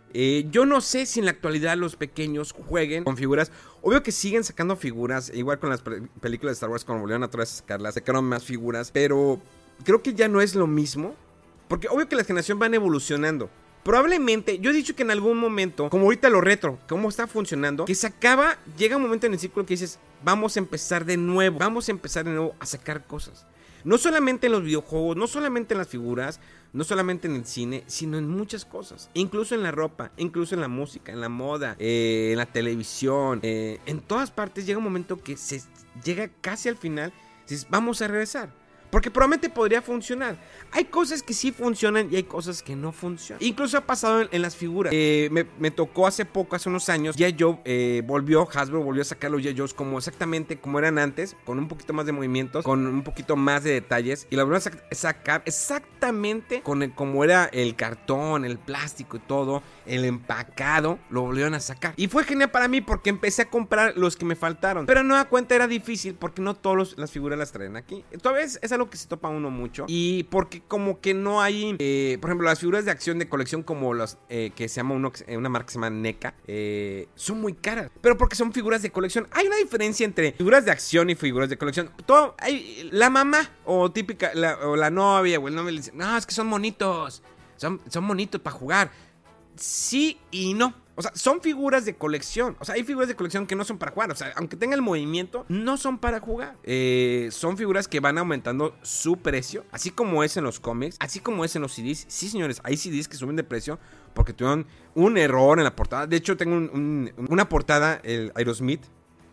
Eh, yo no sé si en la actualidad los pequeños jueguen con figuras. Obvio que siguen sacando figuras, igual con las pre- películas de Star Wars, cuando volvieron a otra vez a sacarlas, sacaron más figuras, pero creo que ya no es lo mismo, porque obvio que las generaciones van evolucionando. Probablemente, yo he dicho que en algún momento, como ahorita lo retro, cómo está funcionando, que se acaba, llega un momento en el ciclo que dices, vamos a empezar de nuevo, vamos a empezar de nuevo a sacar cosas. No solamente en los videojuegos, no solamente en las figuras, no solamente en el cine, sino en muchas cosas. Incluso en la ropa, incluso en la música, en la moda, eh, en la televisión, eh, en todas partes llega un momento que se llega casi al final, dices, vamos a regresar. Porque probablemente podría funcionar. Hay cosas que sí funcionan y hay cosas que no funcionan. Incluso ha pasado en, en las figuras. Eh, me, me tocó hace poco, hace unos años, G I. Joe eh, volvió, Hasbro volvió a sacar los G I. Joes como exactamente como eran antes, con un poquito más de movimientos, con un poquito más de detalles. Y lo volvieron a sac- sacar exactamente con el, como era el cartón, el plástico y todo, el empacado, lo volvieron a sacar. Y fue genial para mí porque empecé a comprar los que me faltaron. Pero no da cuenta, era difícil porque no todas las figuras las traen aquí. Todavía es, es algo que se topa uno mucho. Y porque como que no hay, eh, por ejemplo, las figuras de acción de colección como las eh, que se llama uno, una marca que se llama NECA, eh, son muy caras. Pero porque son figuras de colección. Hay una diferencia entre figuras de acción y figuras de colección. Todo, hay, la mamá o típica, la, o la novia o el novio le dice, no, es que son monitos. Son, son monitos para jugar. Sí y no. O sea, son figuras de colección. O sea, hay figuras de colección que no son para jugar. O sea, aunque tenga el movimiento, no son para jugar. Eh, son figuras que van aumentando su precio. Así como es en los cómics. Así como es en los C Ds. Sí, señores, hay C Ds que suben de precio porque tuvieron un error en la portada. De hecho, tengo un, un, una portada, el Aerosmith,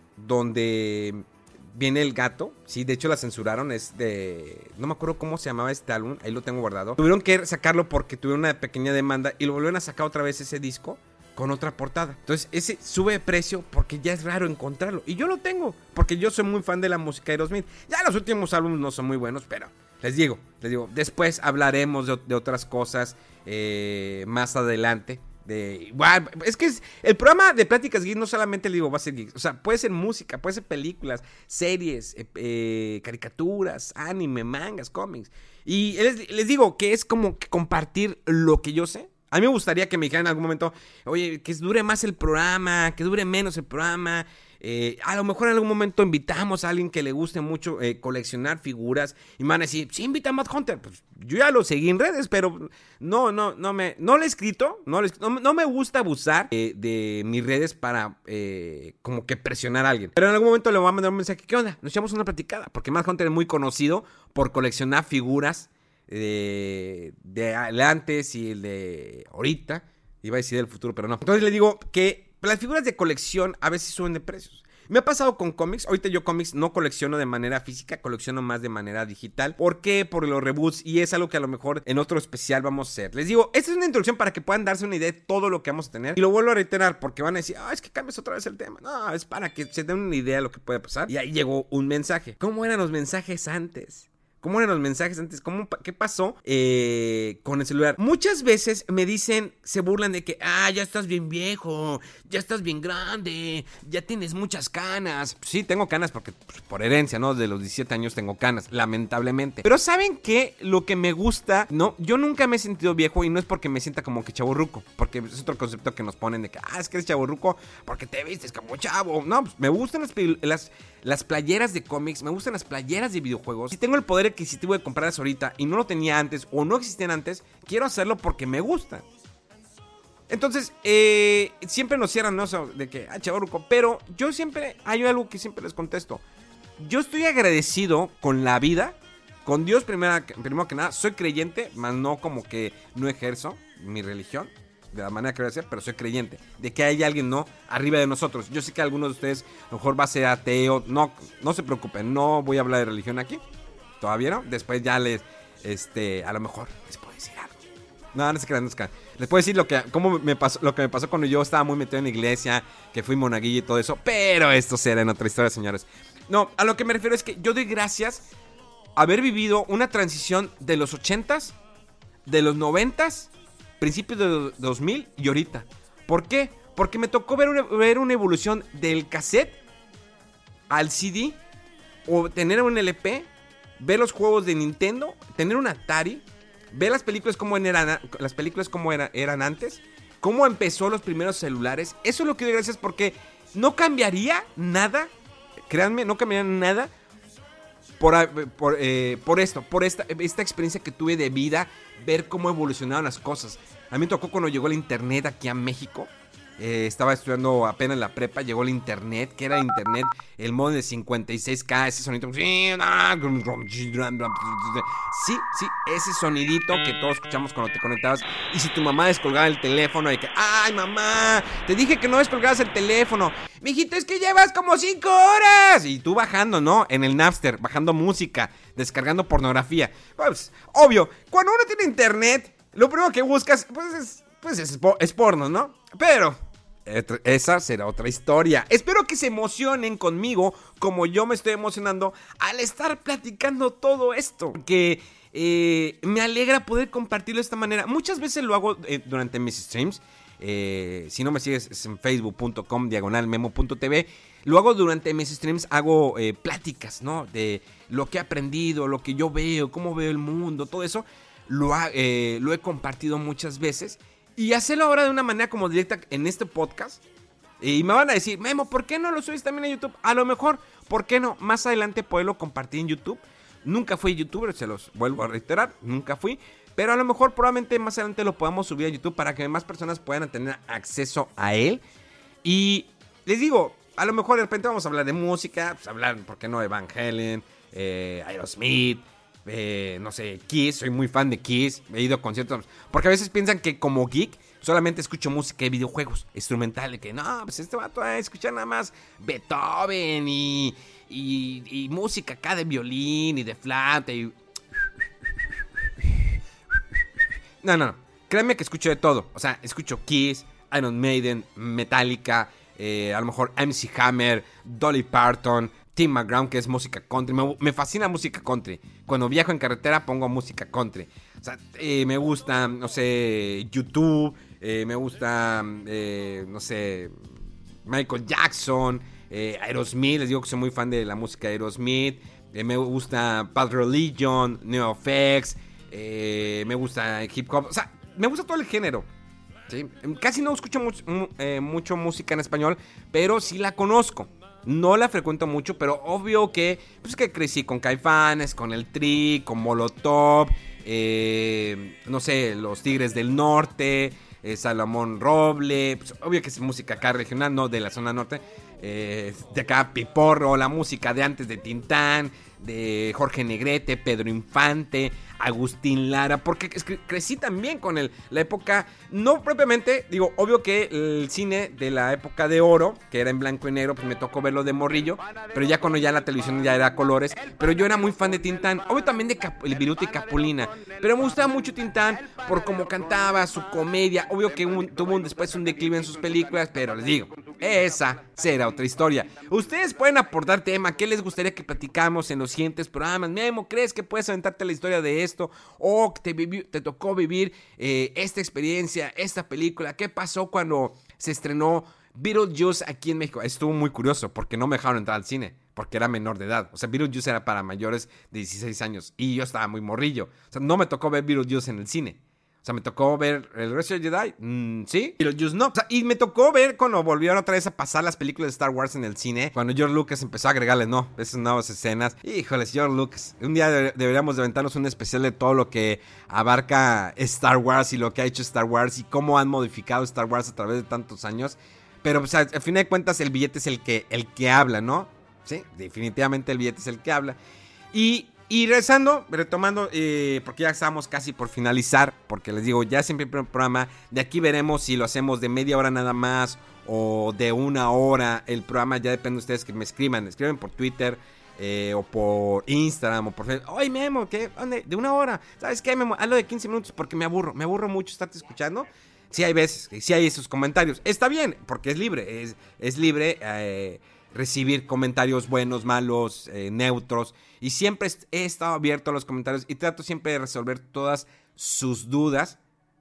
donde viene el gato. Sí, de hecho la censuraron. Es de... No me acuerdo cómo se llamaba este álbum. Ahí lo tengo guardado. Tuvieron que sacarlo porque tuvieron una pequeña demanda. Y lo volvieron a sacar otra vez ese disco con otra portada. Entonces ese sube de precio porque ya es raro encontrarlo. Y yo lo tengo porque yo soy muy fan de la música de Aerosmith. Ya los últimos álbumes no son muy buenos, pero les digo, les digo, después hablaremos de, de otras cosas eh, más adelante. De, bueno, es que es, el programa de Pláticas Geeks no solamente le digo va a ser geeks, o sea, puede ser música, puede ser películas, series, eh, eh, caricaturas, anime, mangas, cómics. Y les, les digo que es como que compartir lo que yo sé. A mí me gustaría que me dijeran en algún momento, oye, que dure más el programa, que dure menos el programa. Eh, a lo mejor en algún momento invitamos a alguien que le guste mucho eh, coleccionar figuras y me van a decir, sí, invita a Matt Hunter. Pues yo ya lo seguí en redes, pero no, no, no me, no le he escrito, no, le, no, no me gusta abusar eh, de mis redes para eh, como que presionar a alguien. Pero en algún momento le voy a mandar un mensaje, ¿qué onda? Nos echamos una platicada, porque Matt Hunter es muy conocido por coleccionar figuras de, de antes y el de ahorita. Iba a decir del futuro, pero no. Entonces le digo que las figuras de colección a veces suben de precios. Me ha pasado con cómics. Ahorita yo cómics no colecciono de manera física, colecciono más de manera digital. ¿Por qué? Por los reboots. Y es algo que a lo mejor en otro especial vamos a hacer. Les digo, esta es una introducción para que puedan darse una idea de todo lo que vamos a tener. Y lo vuelvo a reiterar porque van a decir, ah, es que cambias otra vez el tema. No, es para que se den una idea de lo que puede pasar. Y ahí llegó un mensaje. ¿Cómo eran los mensajes antes? ¿Cómo eran los mensajes antes? ¿Cómo, ¿Qué pasó eh, con el celular? Muchas veces me dicen, se burlan de que, ah, ya estás bien viejo, ya estás bien grande, ya tienes muchas canas. Sí, tengo canas porque pues, por herencia, ¿no? De los diecisiete años tengo canas, lamentablemente. Pero ¿saben qué? Lo que me gusta, no, yo nunca me he sentido viejo y no es porque me sienta como que chavorruco, porque es otro concepto que nos ponen de que, ah, es que eres chavorruco porque te vistes como chavo. No, pues me gustan las, las, las playeras de cómics, me gustan las playeras de videojuegos. Si tengo el poder adquisitivo de comprarlas ahorita y no lo tenía antes o no existían antes, quiero hacerlo porque me gusta. Entonces, eh, siempre nos cierran, ¿no? O sea, de que, ah, chavorruco. Pero yo siempre, hay algo que siempre les contesto. Yo estoy agradecido con la vida, con Dios primero, primero que nada. Soy creyente, más no como que no ejerzo mi religión de la manera que voy a hacer, pero soy creyente de que hay alguien, ¿no?, arriba de nosotros. Yo sé que algunos de ustedes a lo mejor va a ser ateo. No, no se preocupen, no voy a hablar de religión aquí. Todavía no, después ya les, este, a lo mejor les puedo decir algo. No, no se crean, no se crean. Les puedo decir lo que, cómo me pasó, lo que me pasó cuando yo estaba muy metido en la iglesia, que fui monaguillo y todo eso. Pero esto será en otra historia, señores. No, a lo que me refiero es que yo doy gracias a haber vivido una transición de los ochentas, de los noventas, principios de dos mil y ahorita. ¿Por qué? Porque me tocó ver una, ver una evolución del cassette al C D o tener un L P. Ver los juegos de Nintendo, tener un Atari, ver las películas como eran, las películas como era, eran antes cómo empezó los primeros celulares. Eso es lo que doy gracias porque no cambiaría nada, créanme, no cambiaría nada por, por, eh, por esto, por esta, esta experiencia que tuve de vida, ver cómo evolucionaron las cosas. A mí me tocó cuando llegó el internet aquí a México. Eh, estaba estudiando apenas la prepa, llegó el internet, que era internet, el modo de cincuenta y seis K, ese sonidito. Sí, sí, ese sonidito que todos escuchamos cuando te conectabas. Y si tu mamá descolgaba el teléfono, y que, ay mamá, te dije que no descolgabas el teléfono. Mijito, es que llevas como cinco horas. Y tú bajando, ¿no? En el Napster, bajando música, descargando pornografía. Pues, obvio, cuando uno tiene internet, lo primero que buscas, pues es, pues es, es porno, ¿no? Pero esa será otra historia. Espero que se emocionen conmigo como yo me estoy emocionando al estar platicando todo esto. Porque eh, me alegra poder compartirlo de esta manera. Muchas veces lo hago eh, durante mis streams. Eh, si no me sigues es en facebook punto com diagonal memo punto tv. Lo hago durante mis streams, hago eh, pláticas, ¿no? De lo que he aprendido, lo que yo veo, cómo veo el mundo, todo eso. Lo, ha, eh, lo he compartido muchas veces. Y hacerlo ahora de una manera como directa en este podcast. Y me van a decir, Memo, ¿por qué no lo subes también a YouTube? A lo mejor, ¿por qué no? Más adelante poderlo compartir en YouTube. Nunca fui youtuber, se los vuelvo a reiterar, nunca fui. Pero a lo mejor probablemente más adelante lo podamos subir a YouTube para que más personas puedan tener acceso a él. Y les digo, a lo mejor de repente vamos a hablar de música, pues hablar, ¿por qué no? De Van Halen, eh, Aerosmith. Eh, no sé, Kiss, soy muy fan de Kiss, he ido a conciertos, porque a veces piensan que como geek solamente escucho música de videojuegos, instrumental, de que no, pues este vato va a escuchar nada más Beethoven y, y, y música acá de violín y de flauta y... No, no, no, créanme que escucho de todo, o sea, escucho Kiss, Iron Maiden, Metallica, eh, a lo mejor M C Hammer, Dolly Parton, Tim McGraw, que es música country. Me, me fascina música country. Cuando viajo en carretera pongo música country. O sea, eh, me gusta, no sé, YouTube. Eh, me gusta, eh, no sé, Michael Jackson. Eh, Aerosmith, les digo que soy muy fan de la música de Aerosmith. Eh, me gusta Bad Religion, NeoFX. Eh, me gusta hip hop. O sea, me gusta todo el género. ¿Sí? Casi no escucho mucho, eh, mucho música en español, pero sí la conozco. No la frecuento mucho, pero obvio que pues que crecí con Caifanes, con El Tri, con Molotov, eh, no sé, los Tigres del Norte, eh, Salomón Roble, pues obvio que es música acá regional, no de la zona norte, eh, de acá Piporro, la música de antes de Tintán, de Jorge Negrete, Pedro Infante, Agustín Lara, porque crecí también con el, la época, no propiamente, digo, obvio que el cine de la época de oro, que era en blanco y negro, pues me tocó verlo de morrillo, pero ya cuando ya la televisión ya era a colores, pero yo era muy fan de Tintán, obvio también de Cap- el Viruta y Capulina, pero me gustaba mucho Tintán por cómo cantaba, su comedia, obvio que un, tuvo un, después un declive en sus películas, pero les digo, esa será otra historia. Ustedes pueden aportar tema, ¿qué les gustaría que platicamos en los siguientes programas? Memo, ¿crees que puedes aventarte la historia de esto? O te, vivi- te tocó vivir eh, esta experiencia, esta película. ¿Qué pasó cuando se estrenó Beetlejuice aquí en México? Estuvo muy curioso porque no me dejaron entrar al cine porque era menor de edad. O sea, Beetlejuice era para mayores de dieciséis años y yo estaba muy morrillo. O sea, no me tocó ver Beetlejuice en el cine. O sea, me tocó ver el Return of the Jedi, mm, sí, Beetlejuice no. O sea, y me tocó ver cuando volvieron otra vez a pasar las películas de Star Wars en el cine. Cuando George Lucas empezó a agregarle, no, esas nuevas escenas. Híjoles, George Lucas. Un día de- deberíamos de aventarnos un especial de todo lo que abarca Star Wars y lo que ha hecho Star Wars y cómo han modificado Star Wars a través de tantos años. Pero, o sea, al fin de cuentas, el billete es el que, el que habla, ¿no? Sí, definitivamente el billete es el que habla. Y... Y regresando, retomando, eh, porque ya estamos casi por finalizar, porque les digo, ya siempre hay un programa, de aquí veremos si lo hacemos de media hora nada más o de una hora, el programa ya depende de ustedes que me escriban, escriben por Twitter eh, o por Instagram o por Facebook. Oye, Memo, ¿qué? ¿Dónde? De una hora, ¿sabes qué, Memo? Hazlo de quince minutos porque me aburro, me aburro mucho estarte escuchando. Sí hay veces, sí hay esos comentarios, está bien, porque es libre, es, es libre eh, recibir comentarios buenos, malos, eh, neutros. Y siempre he estado abierto a los comentarios y trato siempre de resolver todas sus dudas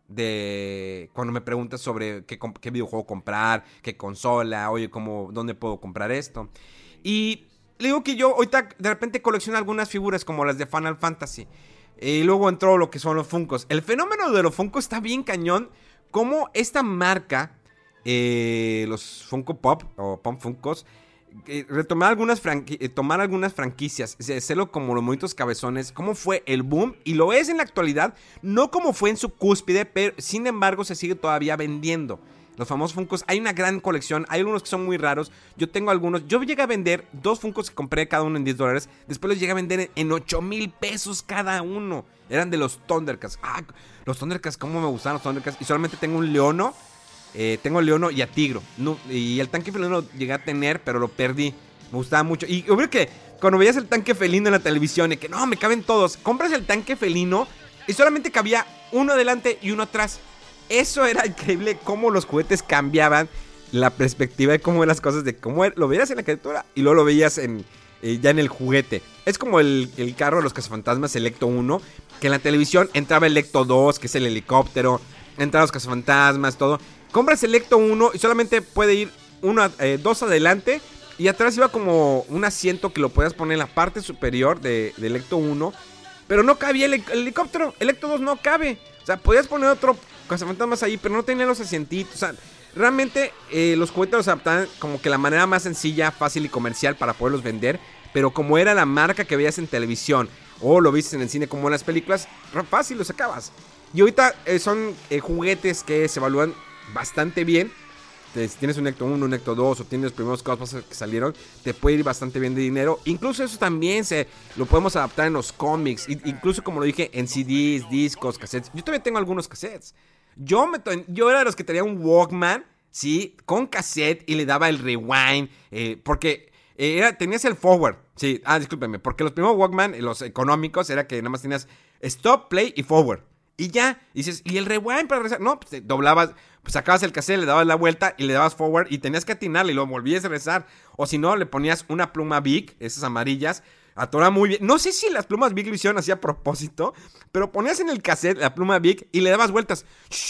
de cuando me preguntas sobre qué, qué videojuego comprar, qué consola, oye, cómo, dónde puedo comprar esto. Y le digo que yo ahorita de repente colecciono algunas figuras como las de Final Fantasy. Y luego entró lo que son los Funkos. El fenómeno de los Funkos está bien cañón cómo esta marca, eh, los Funko Pop o Pop Funkos, eh, retomar algunas, franqui- eh, tomar algunas franquicias, hacerlo como los monitos cabezones, cómo fue el boom, y lo es en la actualidad, no como fue en su cúspide, pero sin embargo se sigue todavía vendiendo. Los famosos Funkos, hay una gran colección, hay algunos que son muy raros, yo tengo algunos, yo llegué a vender dos Funkos que compré cada uno en diez dólares, después los llegué a vender en ocho mil pesos cada uno, eran de los Thundercats. Ah, los Thundercats, cómo me gustaban los Thundercats, y solamente tengo un Leono, eh, tengo el Leono y a Tigro, no, y el tanque felino lo llegué a tener, pero lo perdí, me gustaba mucho, y obvio que cuando veías el tanque felino en la televisión, y que no, me caben todos, compras el tanque felino, y solamente cabía uno adelante y uno atrás. Eso era increíble, cómo los juguetes cambiaban la perspectiva de cómo eran las cosas, de cómo lo veías en la caricatura y luego lo veías en, eh, ya en el juguete. Es como el, el carro de los cazafantasmas, el Ecto uno, que en la televisión entraba el Ecto dos, que es el helicóptero, entraban los cazafantasmas, todo. Compras el Ecto uno y solamente puede ir uno, eh, dos adelante, y atrás iba como un asiento que lo podías poner en la parte superior de, del Ecto uno, pero no cabía el, el helicóptero, el Ecto dos no cabe. O sea, podías poner otro cazafantasmas ahí, pero no tenía los asientitos. O sea, realmente eh, los juguetes los adaptaban como que la manera más sencilla, fácil y comercial para poderlos vender. Pero como era la marca que veías en televisión o lo viste en el cine como en las películas, fácil los sacabas. Y ahorita eh, son eh, juguetes que se evalúan bastante bien. Si tienes un Ecto uno, un Ecto dos o tienes los primeros Ghostbusters que salieron, te puede ir bastante bien de dinero. Incluso eso también se lo podemos adaptar en los cómics, incluso como lo dije, en C Ds, discos, cassettes. Yo todavía tengo algunos cassettes. Yo, me yo era de los que tenía un Walkman, sí, con cassette, y le daba el rewind, eh, porque eh, era, tenías el forward. Sí, ah, discúlpenme, porque los primeros Walkman, los económicos, era que nada más tenías stop, play y forward. Y ya, y dices, ¿y el rewind para regresar? No, pues te doblabas, pues sacabas el cassette, le dabas la vuelta y le dabas forward y tenías que atinarle y lo volvías a regresar. O si no, le ponías una pluma Bic, esas amarillas, atoraba muy bien. No sé si las plumas Bic lo hicieron así a propósito, pero ponías en el cassette la pluma Bic y le dabas vueltas.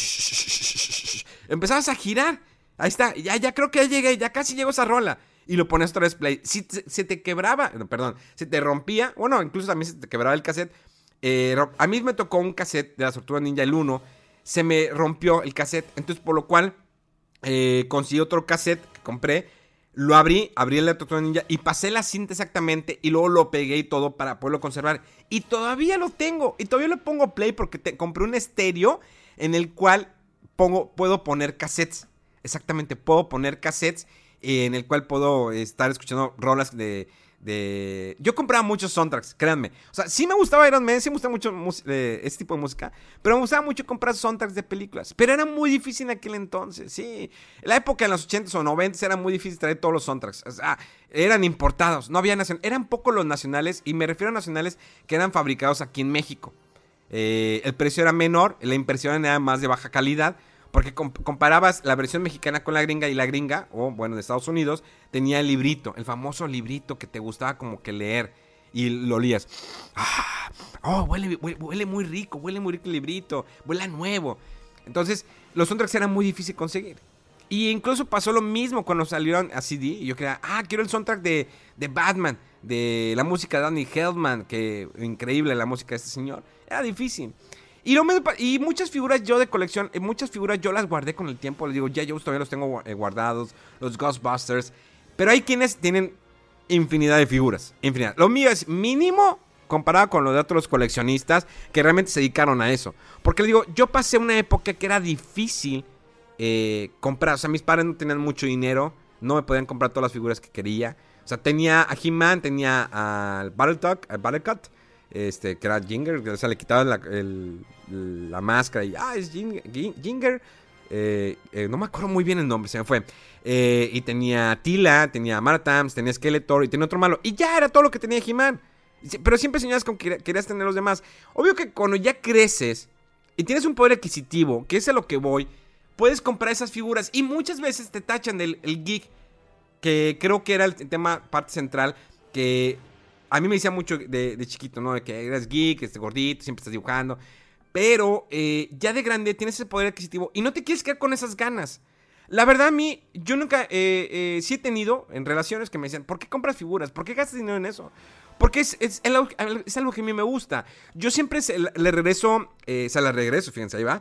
Empezabas a girar. Ahí está, ya, ya creo que ya llegué, ya casi llegó esa rola. Y lo ponías otra vez play. Si se, se te quebraba, no, perdón, se te rompía, bueno, incluso también se te quebraba el cassette. Eh, a mí me tocó un cassette de las Tortugas Ninja, el uno. Se me rompió el cassette. Entonces, por lo cual, eh, conseguí otro cassette que compré. Lo abrí, abrí el de Tortugas Ninja y pasé la cinta exactamente. Y luego lo pegué y todo para poderlo conservar. Y todavía lo tengo. Y todavía le pongo play porque te, compré un estéreo en el cual pongo, puedo poner cassettes. Exactamente, puedo poner cassettes eh, en el cual puedo estar escuchando rolas de... De... Yo compraba muchos soundtracks, créanme. O sea, sí me gustaba Iron Man, sí me gustaba mucho eh, este tipo de música, pero me gustaba mucho comprar soundtracks de películas. Pero era muy difícil en aquel entonces, sí. En la época, en los ochentas o noventas, era muy difícil traer todos los soundtracks. O sea, eran importados, no había nacionales. Eran pocos los nacionales, y me refiero a nacionales que eran fabricados aquí en México. Eh, el precio era menor, la impresión era más de baja calidad. Porque comp- comparabas la versión mexicana con la gringa, y la gringa, o bueno, de Estados Unidos, tenía el librito, el famoso librito que te gustaba como que leer, y lo olías. ¡Ah! ¡Oh, huele, huele, huele muy rico, huele muy rico el librito, huele a nuevo! Entonces, los soundtracks eran muy difíciles de conseguir. Y incluso pasó lo mismo cuando salieron a C D, y yo creía, ah, quiero el soundtrack de, de Batman, de la música de Danny Elfman, que increíble la música de este señor. Era difícil. Y, lo mismo, y muchas figuras yo de colección, muchas figuras yo las guardé con el tiempo. Les digo, ya yo todavía los tengo guardados, los Ghostbusters. Pero hay quienes tienen infinidad de figuras, infinidad. Lo mío es mínimo comparado con lo de otros coleccionistas que realmente se dedicaron a eso. Porque les digo, yo pasé una época que era difícil eh, comprar. O sea, mis padres no tenían mucho dinero, no me podían comprar todas las figuras que quería. O sea, tenía a He-Man, tenía al Battlecat, al Battlecat. Este, que era Ginger, o sea, le quitaban la, el, la máscara y, ah, es Ginger, Ginger. Eh, eh, no me acuerdo muy bien el nombre, se me fue. Eh, y tenía Tila, tenía Martams, tenía Skeletor y tenía otro malo. Y ya era todo lo que tenía He-Man. Pero siempre soñabas con que querías tener los demás. Obvio que cuando ya creces y tienes un poder adquisitivo, que es a lo que voy, puedes comprar esas figuras. Y muchas veces te tachan del el geek, que creo que era el tema, parte central, que... A mí me decía mucho de, de chiquito, ¿no? De que eras geek, este gordito, siempre estás dibujando. Pero eh, ya de grande tienes ese poder adquisitivo y no te quieres quedar con esas ganas. La verdad, a mí, yo nunca, eh, eh, sí he tenido en relaciones que me decían, ¿por qué compras figuras? ¿Por qué gastas dinero en eso? Porque es, es, es, algo, es algo que a mí me gusta. Yo siempre se, le regreso, eh, se la regreso, fíjense, ahí va.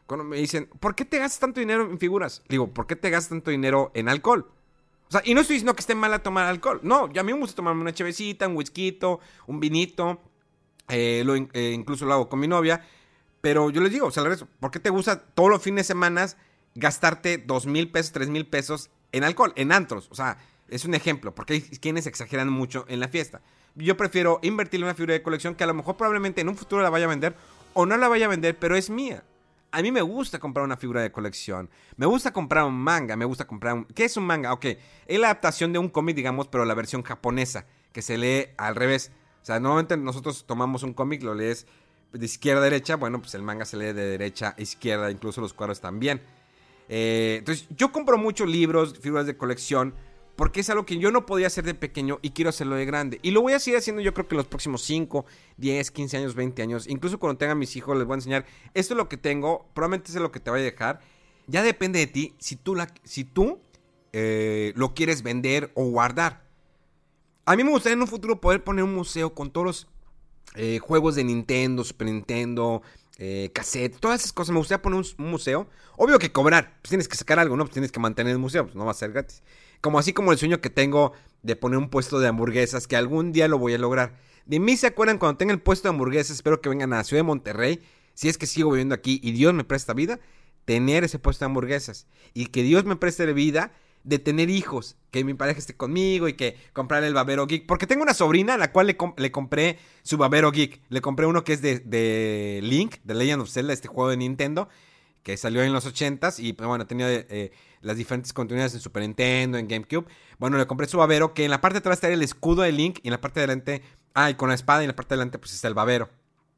cuando me dicen, ¿por qué te gastas tanto dinero en figuras? Digo, ¿por qué te gastas tanto dinero en alcohol? O sea, y no estoy diciendo que esté mal a tomar alcohol. No, yo a mí me gusta tomarme una chevecita, un whisky, un vinito. Eh, lo, eh, incluso lo hago con mi novia. Pero yo les digo, o sea, ¿por qué te gusta todos los fines de semana gastarte dos mil pesos, tres mil pesos en alcohol, en antros? O sea, es un ejemplo, porque hay quienes exageran mucho en la fiesta. Yo prefiero invertir en una figura de colección que a lo mejor probablemente en un futuro la vaya a vender o no la vaya a vender, pero es mía. A mí me gusta comprar una figura de colección. Me gusta comprar un manga. Me gusta comprar un... ¿Qué es un manga? Ok, es la adaptación de un cómic, digamos, pero la versión japonesa, que se lee al revés. O sea, normalmente nosotros tomamos un cómic, lo lees de izquierda a derecha. Bueno, pues el manga se lee de derecha a izquierda, incluso los cuadros también. Eh, entonces, yo compro muchos libros, figuras de colección, porque es algo que yo no podía hacer de pequeño y quiero hacerlo de grande. Y lo voy a seguir haciendo yo creo que en los próximos cinco, diez, quince años, veinte años. Incluso cuando tenga mis hijos les voy a enseñar, esto es lo que tengo, probablemente es lo que te voy a dejar. Ya depende de ti si tú, la, si tú eh, lo quieres vender o guardar. A mí me gustaría en un futuro poder poner un museo con todos los eh, juegos de Nintendo, Super Nintendo, eh, cassette, todas esas cosas. Me gustaría poner un, un museo. Obvio que cobrar, pues tienes que sacar algo, ¿no? Pues tienes que mantener el museo, pues no va a ser gratis. Como así como el sueño que tengo de poner un puesto de hamburguesas, que algún día lo voy a lograr. De mí se acuerdan cuando tenga el puesto de hamburguesas, espero que vengan a la ciudad de Monterrey, si es que sigo viviendo aquí y Dios me presta vida, tener ese puesto de hamburguesas. Y que Dios me preste vida de tener hijos, que mi pareja esté conmigo y que comprarle el Babero Geek. Porque tengo una sobrina a la cual le, comp- le compré su Babero Geek. Le compré uno que es de, de Link, de Legend of Zelda, este juego de Nintendo, que salió en los ochentas y pues bueno, tenía eh, las diferentes continuidades en Super Nintendo, en GameCube. Bueno, le compré su babero, que en la parte de atrás está el escudo de Link y en la parte de delante, ah, y con la espada y en la parte de delante pues está el babero.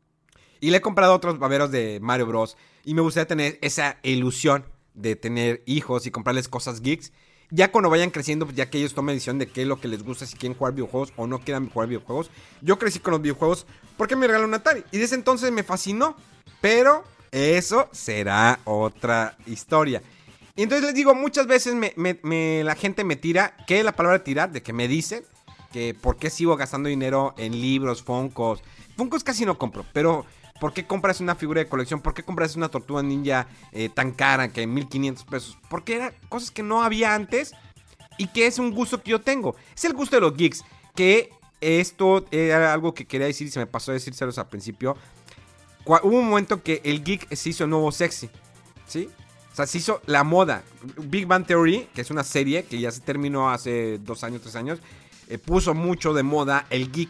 Y le he comprado otros baberos de Mario Bros. Y me gustaría tener esa ilusión de tener hijos y comprarles cosas geeks. Ya cuando vayan creciendo, pues ya que ellos tomen decisión de qué es lo que les gusta, si quieren jugar videojuegos o no quieran jugar videojuegos. Yo crecí con los videojuegos porque me regaló un Atari y desde entonces me fascinó, pero eso será otra historia. Y entonces les digo, muchas veces me, me, me, la gente me tira, ¿qué es la palabra tirar? De que me dicen que por qué sigo gastando dinero en libros, Funkos. Funkos casi no compro, pero ¿por qué compras una figura de colección? ¿Por qué compras una tortuga ninja eh, tan cara que en mil quinientos pesos? Porque eran cosas que no había antes y que es un gusto que yo tengo. Es el gusto de los geeks, que esto era algo que quería decir y se me pasó a decírselos al principio. Hubo un momento que el geek se hizo nuevo sexy, ¿sí? O sea, se hizo la moda. Big Bang Theory, que es una serie que ya se terminó hace dos años, tres años, eh, puso mucho de moda el geek.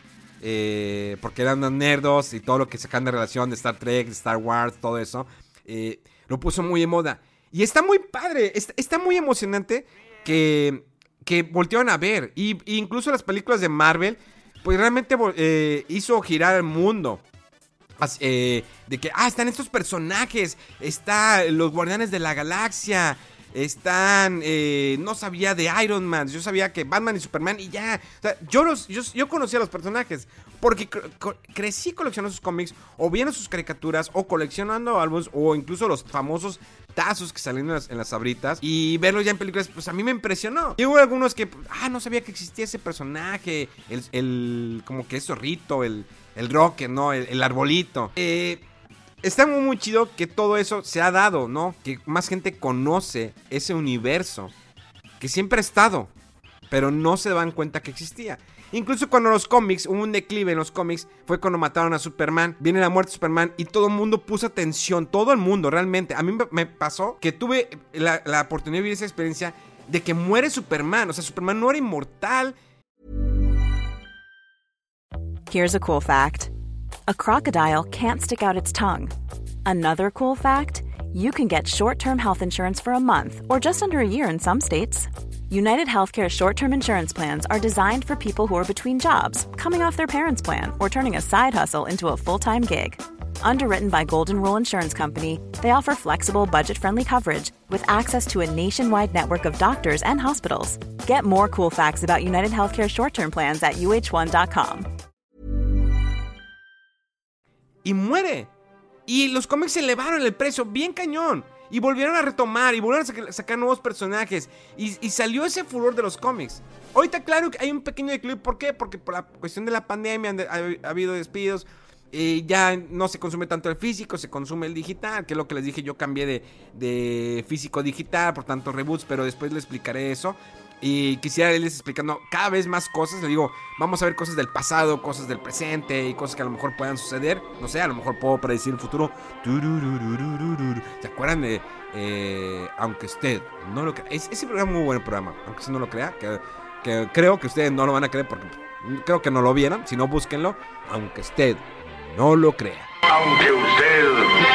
Eh, porque eran unos nerdos y todo lo que sacan de relación de Star Trek, de Star Wars, todo eso. Eh, lo puso muy de moda. Y está muy padre, está, está muy emocionante que, que voltearon a ver. Y, y incluso las películas de Marvel, pues realmente eh, hizo girar el mundo. Eh, de que, ah, están estos personajes, están los Guardianes de la Galaxia, están, eh, no sabía de Iron Man, yo sabía que Batman y Superman y ya, o sea, yo, los, yo, yo conocía a los personajes, porque cre- crecí coleccionando sus cómics, o viendo sus caricaturas, o coleccionando álbumes, o incluso los famosos tazos que salen en las, en las sabritas, y verlos ya en películas, pues a mí me impresionó. Y hubo algunos que, ah, no sabía que existía ese personaje, el, el como que es zorrito, el... El rocker, ¿no? El, el arbolito. Eh, está muy, muy chido que todo eso se ha dado, ¿no? Que más gente conoce ese universo que siempre ha estado, pero no se daban cuenta que existía. Incluso cuando los cómics, hubo un declive en los cómics, fue cuando mataron a Superman. Viene la muerte de Superman y todo el mundo puso atención. Todo el mundo, realmente. A mí me pasó que tuve la, la oportunidad de vivir esa experiencia de que muere Superman. O sea, Superman no era inmortal. Here's a cool fact. A crocodile can't stick out its tongue. Another cool fact, you can get short-term health insurance for a month or just under a year in some states. United Healthcare short-term insurance plans are designed for people who are between jobs, coming off their parents' plan, or turning a side hustle into a full-time gig. Underwritten by Golden Rule Insurance Company, they offer flexible, budget-friendly coverage with access to a nationwide network of doctors and hospitals. Get more cool facts about United Healthcare short-term plans at U H one dot com. Y muere. Y los cómics se elevaron el precio bien cañón. Y volvieron a retomar y volvieron a sacar, sacar nuevos personajes. Y, y salió ese furor de los cómics. Ahorita claro que hay un pequeño declive. ¿Por qué? Porque por la cuestión de la pandemia ha, ha habido despidos. eh, ya no se consume tanto el físico, se consume el digital, que es lo que les dije, yo cambié de, de físico a digital por tantos reboots, pero después les explicaré eso. Y quisiera irles explicando cada vez más cosas. Le digo, vamos a ver cosas del pasado, cosas del presente y cosas que a lo mejor puedan suceder. No sé, a lo mejor puedo predecir el futuro. ¿Se acuerdan de eh, Aunque usted no lo crea? Es, ese programa es muy buen programa, aunque usted no lo crea. Que, que creo que ustedes no lo van a creer porque creo que no lo vieron. Si no, búsquenlo. Aunque usted no lo crea. Aunque usted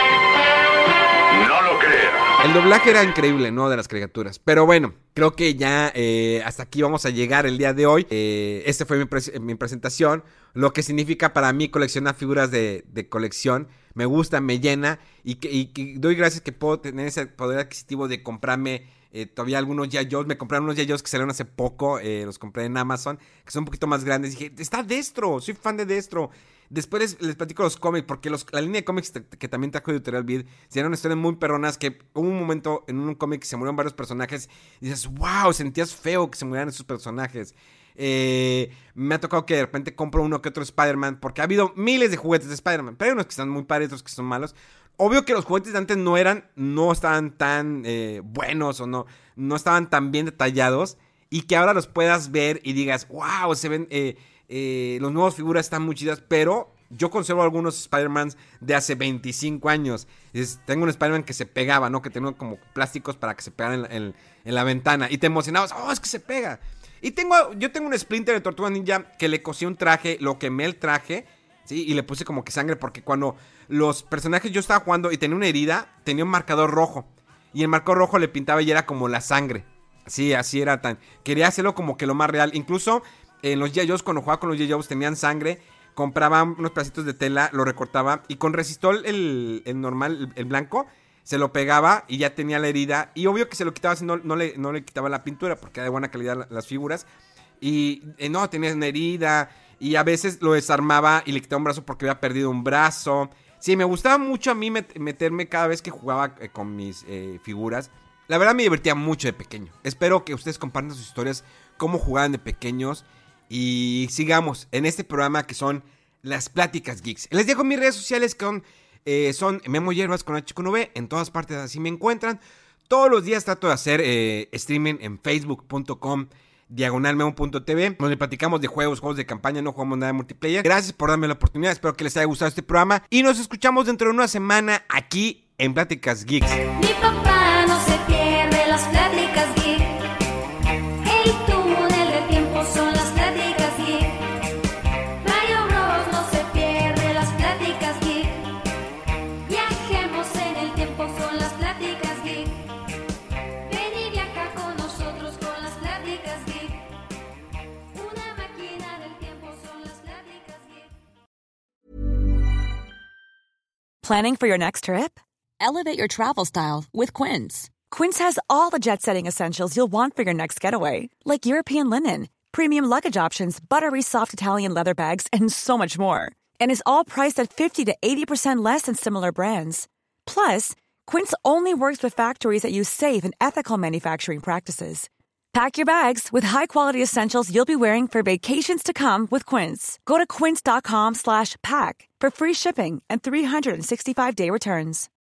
no lo crea. El doblaje era increíble, ¿no? De las caricaturas. Pero bueno, creo que ya eh, hasta aquí vamos a llegar el día de hoy. Eh, esta fue mi, pre- mi presentación. Lo que significa para mí coleccionar figuras de, de colección. Me gusta, me llena. Y, que, y que doy gracias que puedo tener ese poder adquisitivo de comprarme eh, todavía algunos G I. Joes. Me compraron unos G I. Joes que salieron hace poco. Eh, los compré en Amazon. Que son un poquito más grandes. Y dije, está Destro. Soy fan de Destro. Después les, les platico los cómics, porque los, la línea de cómics te, que también trajo Editorial Vid, eran historias muy perronas, que hubo un momento en un cómic que se murieron varios personajes, y dices, wow, sentías feo que se murieran esos personajes. Eh, me ha tocado que de repente compro uno que otro Spider-Man, porque ha habido miles de juguetes de Spider-Man, pero hay unos que están muy padres, otros que son malos. Obvio que los juguetes de antes no eran, no estaban tan eh, buenos, o no, no estaban tan bien detallados, y que ahora los puedas ver y digas, wow, se ven... Eh, Eh, los nuevos figuras están muy chidas, pero yo conservo algunos Spider-Mans de hace veinticinco años. Es, tengo un Spider-Man que se pegaba, ¿no? Que tenía como plásticos para que se pegaran en, en, en la ventana. Y te emocionabas, oh, es que se pega. Y tengo, yo tengo un Splinter de Tortuga Ninja que le cosí un traje, lo quemé el traje, ¿sí? Y le puse como que sangre, porque cuando los personajes yo estaba jugando y tenía una herida, tenía un marcador rojo. Y el marcador rojo le pintaba y era como la sangre. Sí, así era tan... Quería hacerlo como que lo más real. Incluso... En los G I. Joes, cuando jugaba con los G I. Joes, tenían sangre. Compraba unos pedacitos de tela, lo recortaba. Y con resistol, el, el normal, el, el blanco, se lo pegaba y ya tenía la herida. Y obvio que se lo quitaba así, no, no, le, no le quitaba la pintura, porque era de buena calidad la, las figuras. Y eh, no, tenía una herida. Y a veces lo desarmaba y le quitaba un brazo porque había perdido un brazo. Sí, me gustaba mucho a mí met- meterme cada vez que jugaba eh, con mis eh, figuras. La verdad me divertía mucho de pequeño. Espero que ustedes compartan sus historias, cómo jugaban de pequeños. Y sigamos en este programa que son las Pláticas Geeks. Les dejo mis redes sociales con, eh, son Memo Hierbas con H con V. En todas partes así me encuentran. Todos los días trato de hacer eh, streaming en facebook punto com diagonal memo punto t v, donde platicamos de juegos, juegos de campaña, no jugamos nada de multiplayer. Gracias por darme la oportunidad, espero que les haya gustado este programa. Y nos escuchamos dentro de una semana aquí en Pláticas Geeks. Mi papá no se pierde las Pláticas Geek. El túnel del tiempo son las Pláticas Geek. Mario Bros no se pierde las Pláticas Geek. Viajemos en el tiempo son las Pláticas Geek. Ven y viaja con nosotros con las Pláticas Geek. Una máquina del tiempo son las Pláticas Geek. Planning for your next trip? Elevate your travel style with Quince. Quince has all the jet-setting essentials you'll want for your next getaway, like European linen, premium luggage options, buttery soft Italian leather bags, and so much more. And is all priced at fifty to eighty percent less than similar brands. Plus, Quince only works with factories that use safe and ethical manufacturing practices. Pack your bags with high-quality essentials you'll be wearing for vacations to come with Quince. Go to quince dot com slash pack for free shipping and three sixty-five day returns.